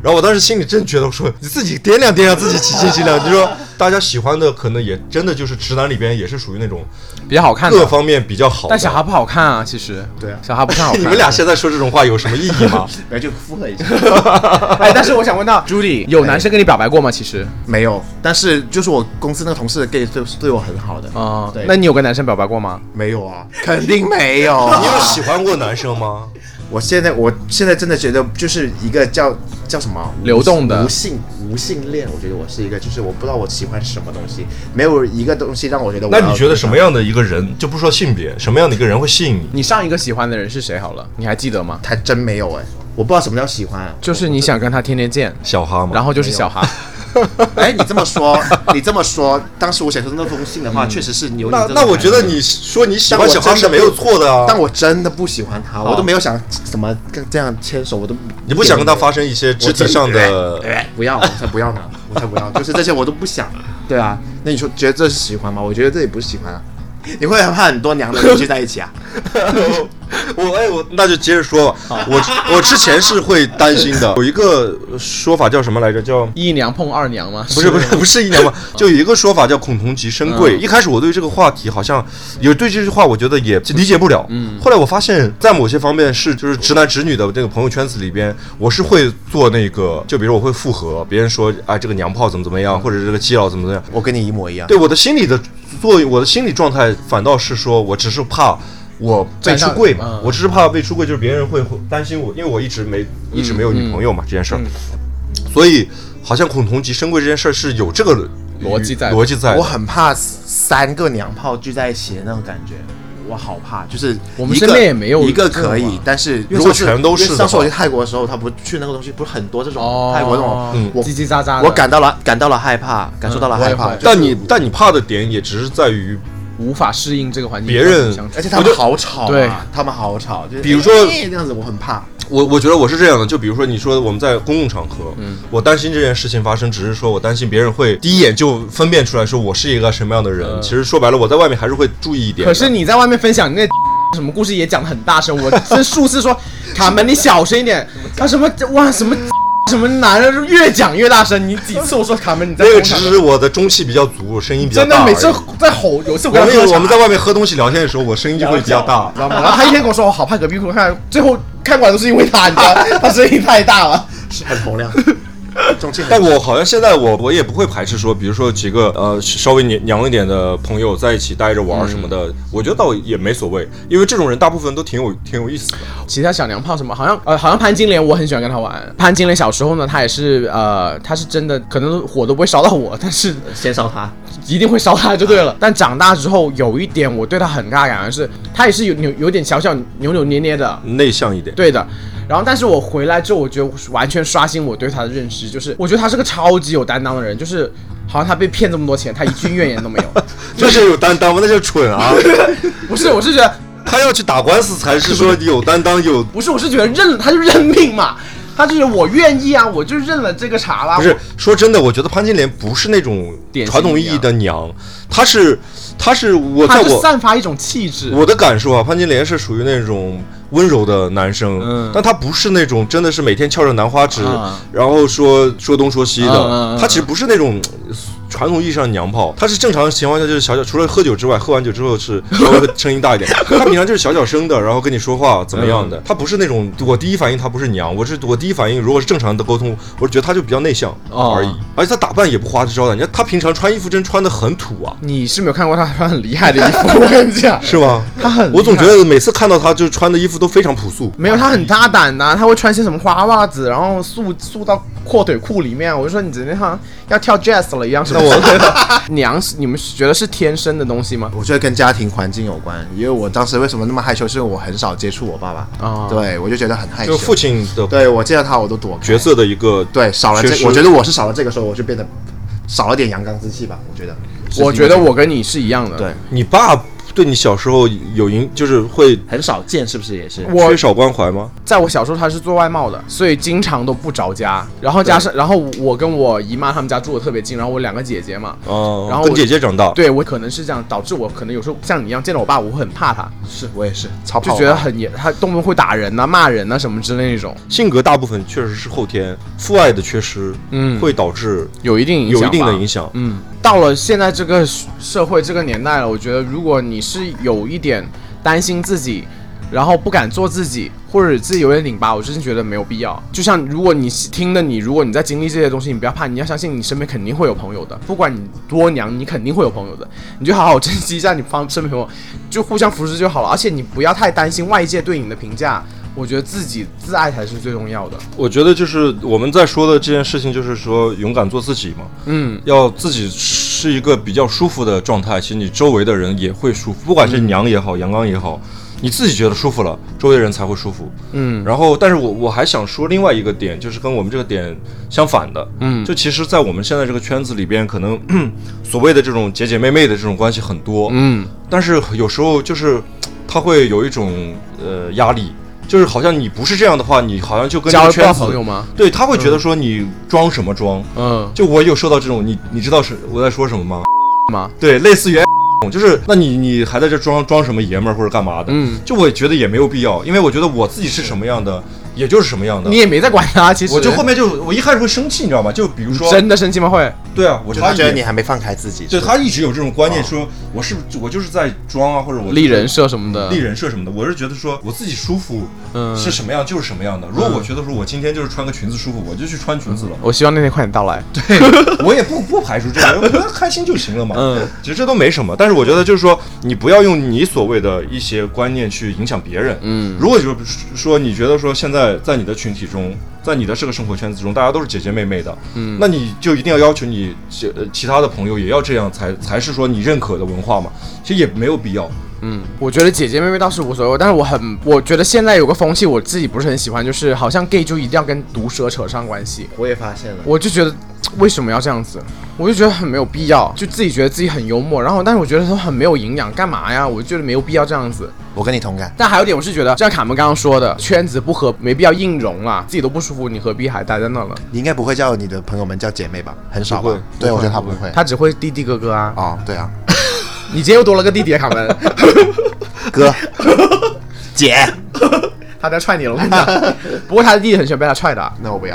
然后我当时心里真觉得，我说你自己掂量掂量自己起心量，就说大家喜欢的可能也真的就是直男里边也是属于那种比较好看的， 各方面比较好的。 但小哈不好看啊，其实。 对啊， 小哈不太好看。 你们俩现在说这种话有什么意义吗？ 然后就附和一下。 哎，但是我想问到 Judy， 有男生跟你表白过吗？其实没有，但是就是我公司那个同事的 gay 对我很好的。对， 那你有跟男生表白过吗？ 没有啊，肯定没有。 你有喜欢过男生吗？ 我现在真的觉得就是一个叫什么流动的无性恋，我觉得我是一个，就是我不知道我喜欢什么东西，没有一个东西让我觉得那你觉得什么样的一个人，就不说性别，什么样的一个人会吸引你？ 你上一个喜欢的人是谁？好了，你还记得吗？ 还真没有哎，我不知道什么叫喜欢啊， 就是你想跟他天天见， 小哈嘛， 然后就是小哈。 哎，你这么说，当时我写出那封信的话，确实是有你这种那我觉得你说你喜欢小哈是没有错的啊。 但我真的不喜欢他，我都没有想怎么跟这样牵手，我都你不想跟他发生一些肢体上的？ 不要，我才不要呢，就是这些我都不想。对啊，那你说觉得这是喜欢吗？我觉得这也不是喜欢啊。你会害怕很多娘的人聚在一起啊？ 我那就接着说吧。我之前是会担心的，有一个说法叫什么来着？叫一娘碰二娘吗？ 不是一娘嘛，就有一个说法叫恐同即生贵。一开始我对这个话题好像对这句话，我觉得也理解不了。后来我发现，在某些方面就是直男直女的这个朋友圈子里边，我是会做那个，就比如我会附和别人说啊这个娘炮怎么样，或者这个基佬怎么样。 我跟你一模一样。 对我的心理状态反倒是说我只是怕我被出柜嘛，我只是怕被出柜，就是别人会担心我，因为我一直没有女朋友嘛，这件事儿，所以好像恐同即生贵这件事儿是有这个逻辑在。 我很怕3个娘炮聚在一起的那种感觉，我好怕。就是我们身边也没有一个可以，但是如果全都是， 上次我去泰国的时候，他不去那个东西，不是很多这种泰国那种叽叽喳喳， 我感到了害怕，感受到了害怕。 但你怕的点也只是在于无法适应这个环境， 别人， 而且他们好吵， 对， 他们好吵，就是比如说这样子，我很怕。 我觉得我是这样的，就比如说你说我们在公共场合，我担心这件事情发生，只是说我担心别人会第一眼就分辨出来说我是一个什么样的人。其实说白了，我在外面还是会注意一点。 可是你在外面分享你那什么故事也讲得很大声，我这数次说卡门你小声一点，他什么男人越讲越大声，你几次我说卡门你在那个只是我的中气比较足，声音比较大。 真的每次在吼，有一次我们在外面喝东西聊天的时候，我声音就会比较大， 知道吗？然后他一天跟我说我好怕隔壁哭，看最后看过来都是因为他，你知道他声音太大了， 是很洪亮。 但我好像现在我也不会排斥说，比如说几个稍微娘一点的朋友在一起待着玩什么的，我觉得倒也没所谓，因为这种人大部分都挺有意思的。 其他小娘炮什么，好像潘金莲，我很喜欢跟他玩。潘金莲小时候呢，他也是他是真的可能火都不会烧到我，但是先烧他， 一定会烧他就对了。但长大之后有一点我对他很大感觉是，他也是有点小扭扭捏捏的， 内向一点。 对的。然后，但是我回来之后，我觉得完全刷新我对他的认识，就是我觉得他是个超级有担当的人，就是好像他被骗这么多钱，他一句怨言都没有， 就是有担当吗？那就蠢啊！ 不是，我是觉得他要去打官司才是说有担当有， 不是，我是觉得他就认命嘛。他就是我愿意啊，我就认了这个茬啦。 不是，说真的，我觉得潘金莲不是那种传统意义的娘，她是散发一种气质。 我的感受啊，潘金莲是属于那种温柔的男生，但他不是那种真的是每天翘着兰花指，然后说东说西的，他其实不是那种传统意义上的娘炮，他是正常情况下就是小，除了喝酒之外，喝完酒之后是稍微声音大一点，他平常就是小声的，然后跟你说话怎么样的，他不是那种我第一反应他不是娘，我第一反应如果是正常的沟通，我觉得他就比较内向而已，而且他打扮也不花枝招展，你看他平常穿衣服真穿的很土啊， 你是没有看过他穿很厉害的衣服，我跟你讲， 是吗？ 他很， 我总觉得每次看到他就穿的衣服都非常朴素， 没有，他很大胆的，他会穿些什么花袜子，然后束到阔腿裤里面，我就说你今天好像要跳 jazz 了一样，是吧？娘，你们觉得是天生的东西吗？ 我觉得跟家庭环境有关，因为我当时为什么那么害羞，是因为我很少接触我爸爸，对我就觉得很害羞， 就父亲的， 对我见到他我都躲开， 角色的一个对少了这，我觉得我是少了这个时候，我就变得少了点阳刚之气吧，我觉得我跟你是一样的， 对你爸对你小时候就是会很少见，是不是也是？ 缺少关怀吗？ 在我小时候他是做外贸的，所以经常都不着家。然后然后我跟我姨妈他们家住的特别近，然后我2个姐姐嘛，然后跟姐姐长大。 对，我可能是这样，导致我可能有时候像你一样见到我爸，我会很怕他。 是我也是，超怕， 就觉得他动不动会打人啊、骂人啊什么之类那种。 性格大部分确实是后天，父爱的缺失，会导致有一定的影响。 到了现在这个社会这个年代了，我觉得如果你是有一点担心自己，然后不敢做自己，或者自己有点拧巴，我真的觉得没有必要。就像如果你在经历这些东西，你不要怕，你要相信你身边肯定会有朋友的，不管你多娘，你肯定会有朋友的，你就好好珍惜一下你身边朋友，就互相扶持就好了。而且你不要太担心外界对你的评价，我觉得自己自爱才是最重要的。 我觉得就是我们在说的这件事情，就是说勇敢做自己嘛。要自己是一个比较舒服的状态，其实你周围的人也会舒服，不管是娘也好，阳刚也好。你自己觉得舒服了，周围人才会舒服。然后，但是我还想说另外一个点，就是跟我们这个点相反的。就其实，在我们现在这个圈子里边，可能所谓的这种姐姐妹妹的这种关系很多。但是有时候就是他会有一种压力，就是好像你不是这样的话，你好像就跟这个圈子朋友吗？ 对，他会觉得说你装什么装？就我有受到这种，你知道是我在说什么吗？对，类似于。就是那你还在这装什么爷们儿或者干嘛的？就我觉得也没有必要，因为我觉得我自己是什么样的，也就是什么样的。 你也没在管他，其实我就后面我一开始会生气，你知道吗？就比如说真的生气吗？会？ 对啊， 他觉得你还没放开自己。 对，他一直有这种观念，说我就是在装啊，或者我立人设什么的。 我是觉得说我自己舒服，是什么样就是什么样的。如果我觉得说我今天就是穿个裙子舒服，我就去穿裙子了。 我希望那天快点到来。 对，我也不排除这个，我觉得开心就行了嘛。其实这都没什么，但是我觉得就是说。你不要用你所谓的一些观念去影响别人。如果就是说你觉得说现在在你的群体中，在你的这个生活圈子中，大家都是姐姐妹妹的，那你就一定要求你其他的朋友也要这样才是说你认可的文化嘛。其实也没有必要。 我觉得姐姐妹妹倒是无所谓，但是我觉得现在有个风气，我自己不是很喜欢，就是好像 gay 就一定要跟毒舌扯上关系。 我也发现了， 我就觉得为什么要这样子？我就觉得很没有必要，就自己觉得自己很幽默，然后但是我觉得都很没有营养，干嘛呀？我就觉得没有必要这样子。 我跟你同感。 但还有一点，我是觉得像卡门刚刚说的，圈子不合，没必要硬融啦，自己都不舒服，你何必还待在那了？ 你应该不会叫你的朋友们叫姐妹吧？很少吧？对，我觉得他不会， 他只会弟弟哥哥啊。 哦，对啊。 你今天又多了个弟弟，卡门。 哥，姐， 他在踹你了，我跟你讲。不过他的弟弟很喜欢被他踹的。 那我不要。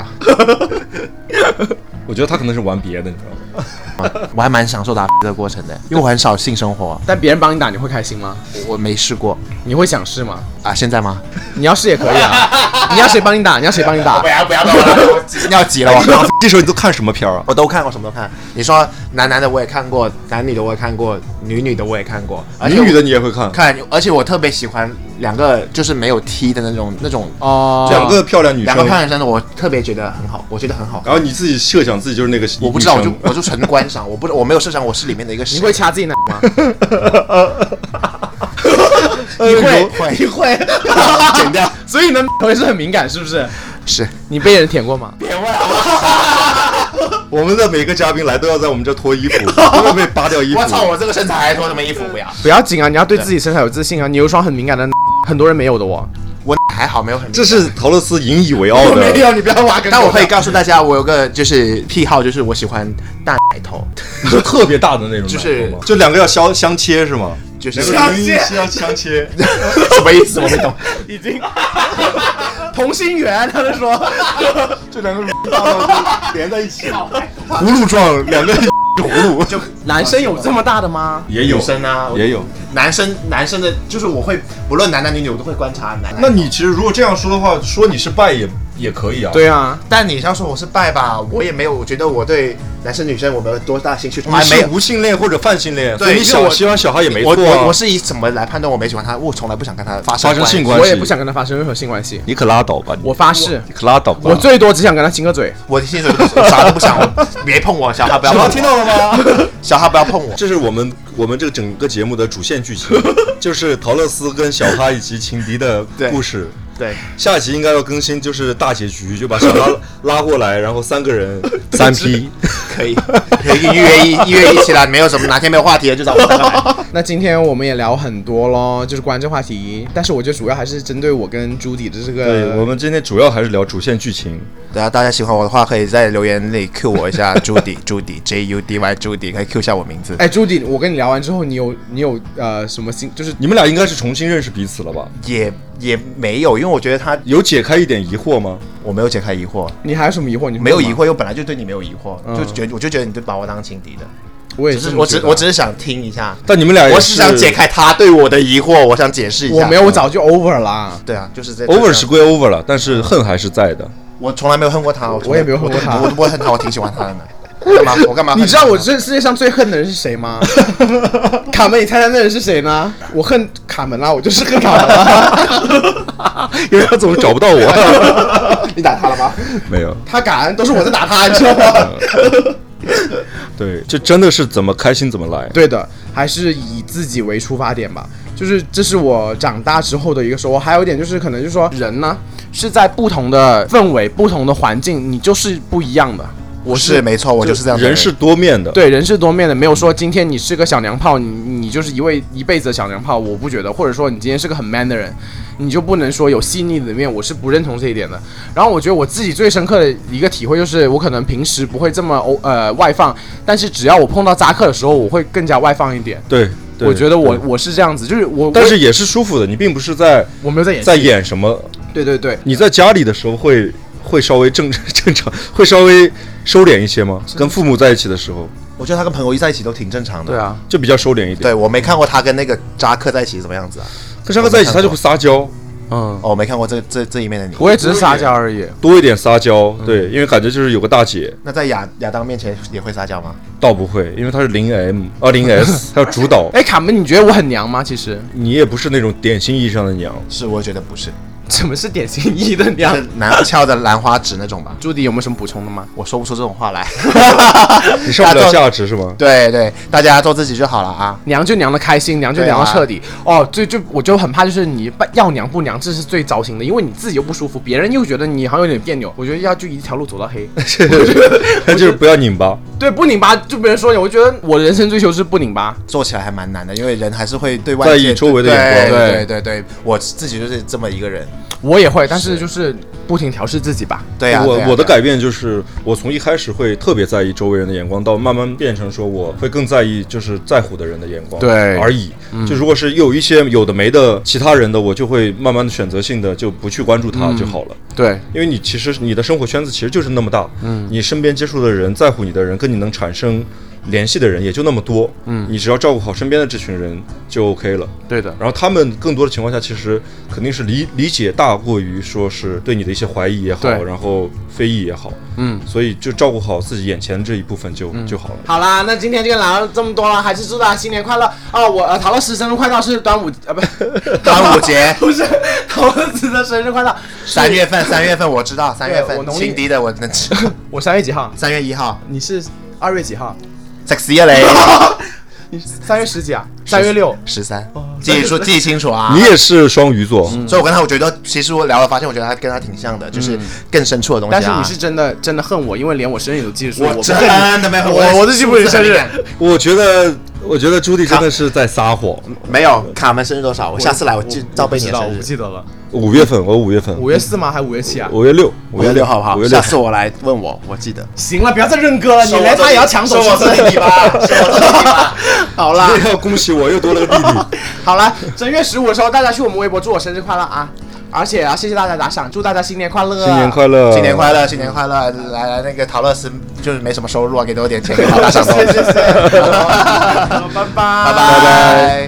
我觉得他可能是玩别的，你知道吗？ 我还蛮享受打的过程的，因为我很少性生活。 但别人帮你打，你会开心吗？ 我没试过。 你会想试吗？ 啊，现在吗？ 你要试也可以啊。你要谁帮你打？你要谁帮你打？ 不要，我要急了。 这时候你都看什么片啊？ 我都看过，什么都看。你说男的我也看过，男女的我也看过，女的我也看过。 女的你也会看？ 看，而且我特别喜欢两个就是没有踢的那种哦， 两个漂亮女生， 两个漂亮女生的，我特别觉得很好，我觉得很好。 然后你自己设想自己就是那个， 我不知道，我就纯观赏，我没有设想我是里面的一个。 你会掐自己奶吗？ 你会剪掉。 所以呢，我也是很敏感，是不是？ 是。 你被人舔过吗？ 别问了。 我们的每个嘉宾来都要在我们这脱衣服，都会被扒掉衣服。 我操，我这个身材还脱什么衣服？ 不要紧啊，你要对自己身材有自信啊。你有一双很敏感的，很多人没有的我还好，没有很敏感。 这是陶乐斯引以为傲的。 没有，你不要挖坑。 但我可以告诉大家，我有个就是癖好，就是我喜欢大奶头， 你说特别大的那种，就两个要相切是吗？ 就是相切， 什么意思？我没懂。 已经同心圆，他就说这两个大到就连在一起，葫芦状，两个葫芦。 就男生有这么大的吗？ 也有， 女生啊也有。 男生的，就是我会不论男女，我都会观察男。 那你其实如果这样说的话，说你是拜也可以啊。 对啊， 但你要说我是拜吧，我也没有，我觉得我对男生女生我没有多大兴趣。 你是无性恋或者泛性恋， 对， 你喜欢小孩也没错啊。 我是以什么来判断我没喜欢他？我从来不想跟他发生性关系， 我也不想跟他发生任何性关系。 你可拉倒吧！ 我发誓， 你可拉倒吧！ 我最多只想跟他亲个嘴。 我亲嘴啥都不想，别碰我，小孩不要碰我。 听到了吗？ 小孩不要碰我。 这是我们这个整个节目的主线剧情，就是陶乐斯跟小哈以及情敌的故事。 对， 下一集应该要更新，就是大结局，就把小哈拉过来，然后3个人3P。 可以一月一起来，没有什么哪天没有话题了就找我们来。 那今天我们也聊很多咯，就是关于这话题，但是我觉得主要还是针对我跟朱迪的这个。 对，我们今天主要还是聊主线剧情。 对啊，大家喜欢我的话，可以在留言里 Q 我一下，朱迪 JUDY 朱迪，可以 Q 一下我名字。 哎，朱迪，我跟你聊完之后，你有什么新？就是你们俩应该是重新认识彼此了吧？ 也没有，因为我觉得他有解开一点疑惑吗？ 我没有解开疑惑。 你还有什么疑惑？你没有疑惑，因为我本来就对你没有疑惑，我就觉得你就把我当情敌的。 我也是， 我只是想听一下。 但你们俩也是， 我是想解开他对我的疑惑，我想解释一下。 我没有，我早就 over 啦。 对啊，就是这 over 是归 over 了，但是恨还是在的。 我从来没有恨过他， 我也没有恨过他， 我都不会恨他，我挺喜欢他的呢。我干嘛？ 你知道我这世界上最恨的人是谁吗？卡门，你猜猜那人是谁呢？我恨卡门啦，我就是恨卡门啦。 因为他总是找不到我。 你打他了吗？ 没有， 他敢，都是我在打他，你知道吗？ 对，这真的是怎么开心怎么来。 对的，还是以自己为出发点吧。就是这是我长大之后的一个收获。还有一点就是，可能就是说，人呢是在不同的氛围、不同的环境，你就是不一样的。 我是没错，我就是这样的人。 人是多面的， 对，人是多面的，没有说今天你是个小娘炮，你就是一辈子的小娘炮，我不觉得。或者说你今天是个很 man 的人，你就不能说有细腻的一面，我是不认同这一点的。然后我觉得我自己最深刻的一个体会就是，我可能平时不会这么外放，但是只要我碰到扎克的时候，我会更加外放一点。 对。 我觉得我是这样子，就是但是也是舒服的。你并不是我没有在演什么。 对。 你在家里的时候会稍微正常，会稍微收敛一些吗？跟父母在一起的时候， 我觉得他跟朋友一在一起都挺正常的。 对啊， 就比较收敛一点。 对，我没看过他跟那个扎克在一起怎么样子啊？ 跟扎克在一起他就会撒娇。 我没看过这一面的你。 我也只是撒娇而已， 多一点撒娇。对，因为感觉就是有个大姐。 那在亚当面前也会撒娇吗？ 倒不会，因为他是0M20S， 他要主导。 哎，卡门，你觉得我很娘吗？其实你也不是那种典型意义上的娘。 是，我觉得不是。 什么是典型意义的娘？ 就是男翘的兰花指那种吧。 朱迪有没有什么补充的吗？ 我说不出这种话来。 你上不了价值是吗？ 对，大家做自己就好了啊。 娘就娘的开心，娘就娘的彻底。我就很怕，就是你要娘不娘，这是最糟心的，因为你自己又不舒服，别人又觉得你好像有点别扭。我觉得就一条路走到黑。 那就是不要拧巴。 对，不拧巴就别人说你。我觉得我的人生追求是不拧巴， 做起来还蛮难的，因为人还是会对外在意周围的眼光。对，我自己就是这么一个人。 我也会，但是就是不停调试自己吧。 对啊， 我的改变就是，我从一开始会特别在意周围人的眼光，到慢慢变成说我会更在意就是在乎的人的眼光， 对而已。就如果是有一些有的没的其他人的，我就会慢慢的选择性的就不去关注他就好了。 对， 因为你其实你的生活圈子其实就是那么大，你身边接触的人、在乎你的人、跟你能产生联系的人也就那么多，你只要照顾好身边的这群人就 OK 了。 对的。 然后他们更多的情况下，其实肯定是理解大过于说是对你的一些怀疑也好，然后非议也好，所以就照顾好自己眼前这一部分就好了。 好啦，那今天就聊了这么多了，还是祝大家新年快乐哦！我陶乐斯生日快乐是端午节，不是陶乐斯的生日快乐。 3月份我知道，3月份情敌的我能知。 我3月几号 ？3月1号。 你是2月几号？ 食屎啊你！ 你3月10几啊？3月6、 13，记清楚啊！ 你也是双鱼座， 所以我跟他，我觉得其实我聊了，发现我觉得他跟他挺像的，就是更深处的东西。 但是你是真的恨我，因为连我生日都记得住。 我真的没有， 我都记不住你生日。 我觉得朱迪真的是在撒谎。 没有，卡门生日多少？我下次来我照背你的生日。 我不记得了。 5月份，5月份。 5月4吗？还是5月7啊 ？5月6， 5月6好不好？下次我来问我记得。 行了，不要再认哥了，你连他也要抢走我这弟弟吧。 好啦， 要恭喜我又多了个弟弟。 好了，正月15的时候，大家去我们微博祝我生日快乐啊！而且啊，谢谢大家打赏，祝大家新年快乐！ 新年快乐！ 新年快乐！新年快乐！来，那个陶乐斯就是没什么收入啊，给多点钱给他打赏。谢谢。 拜拜。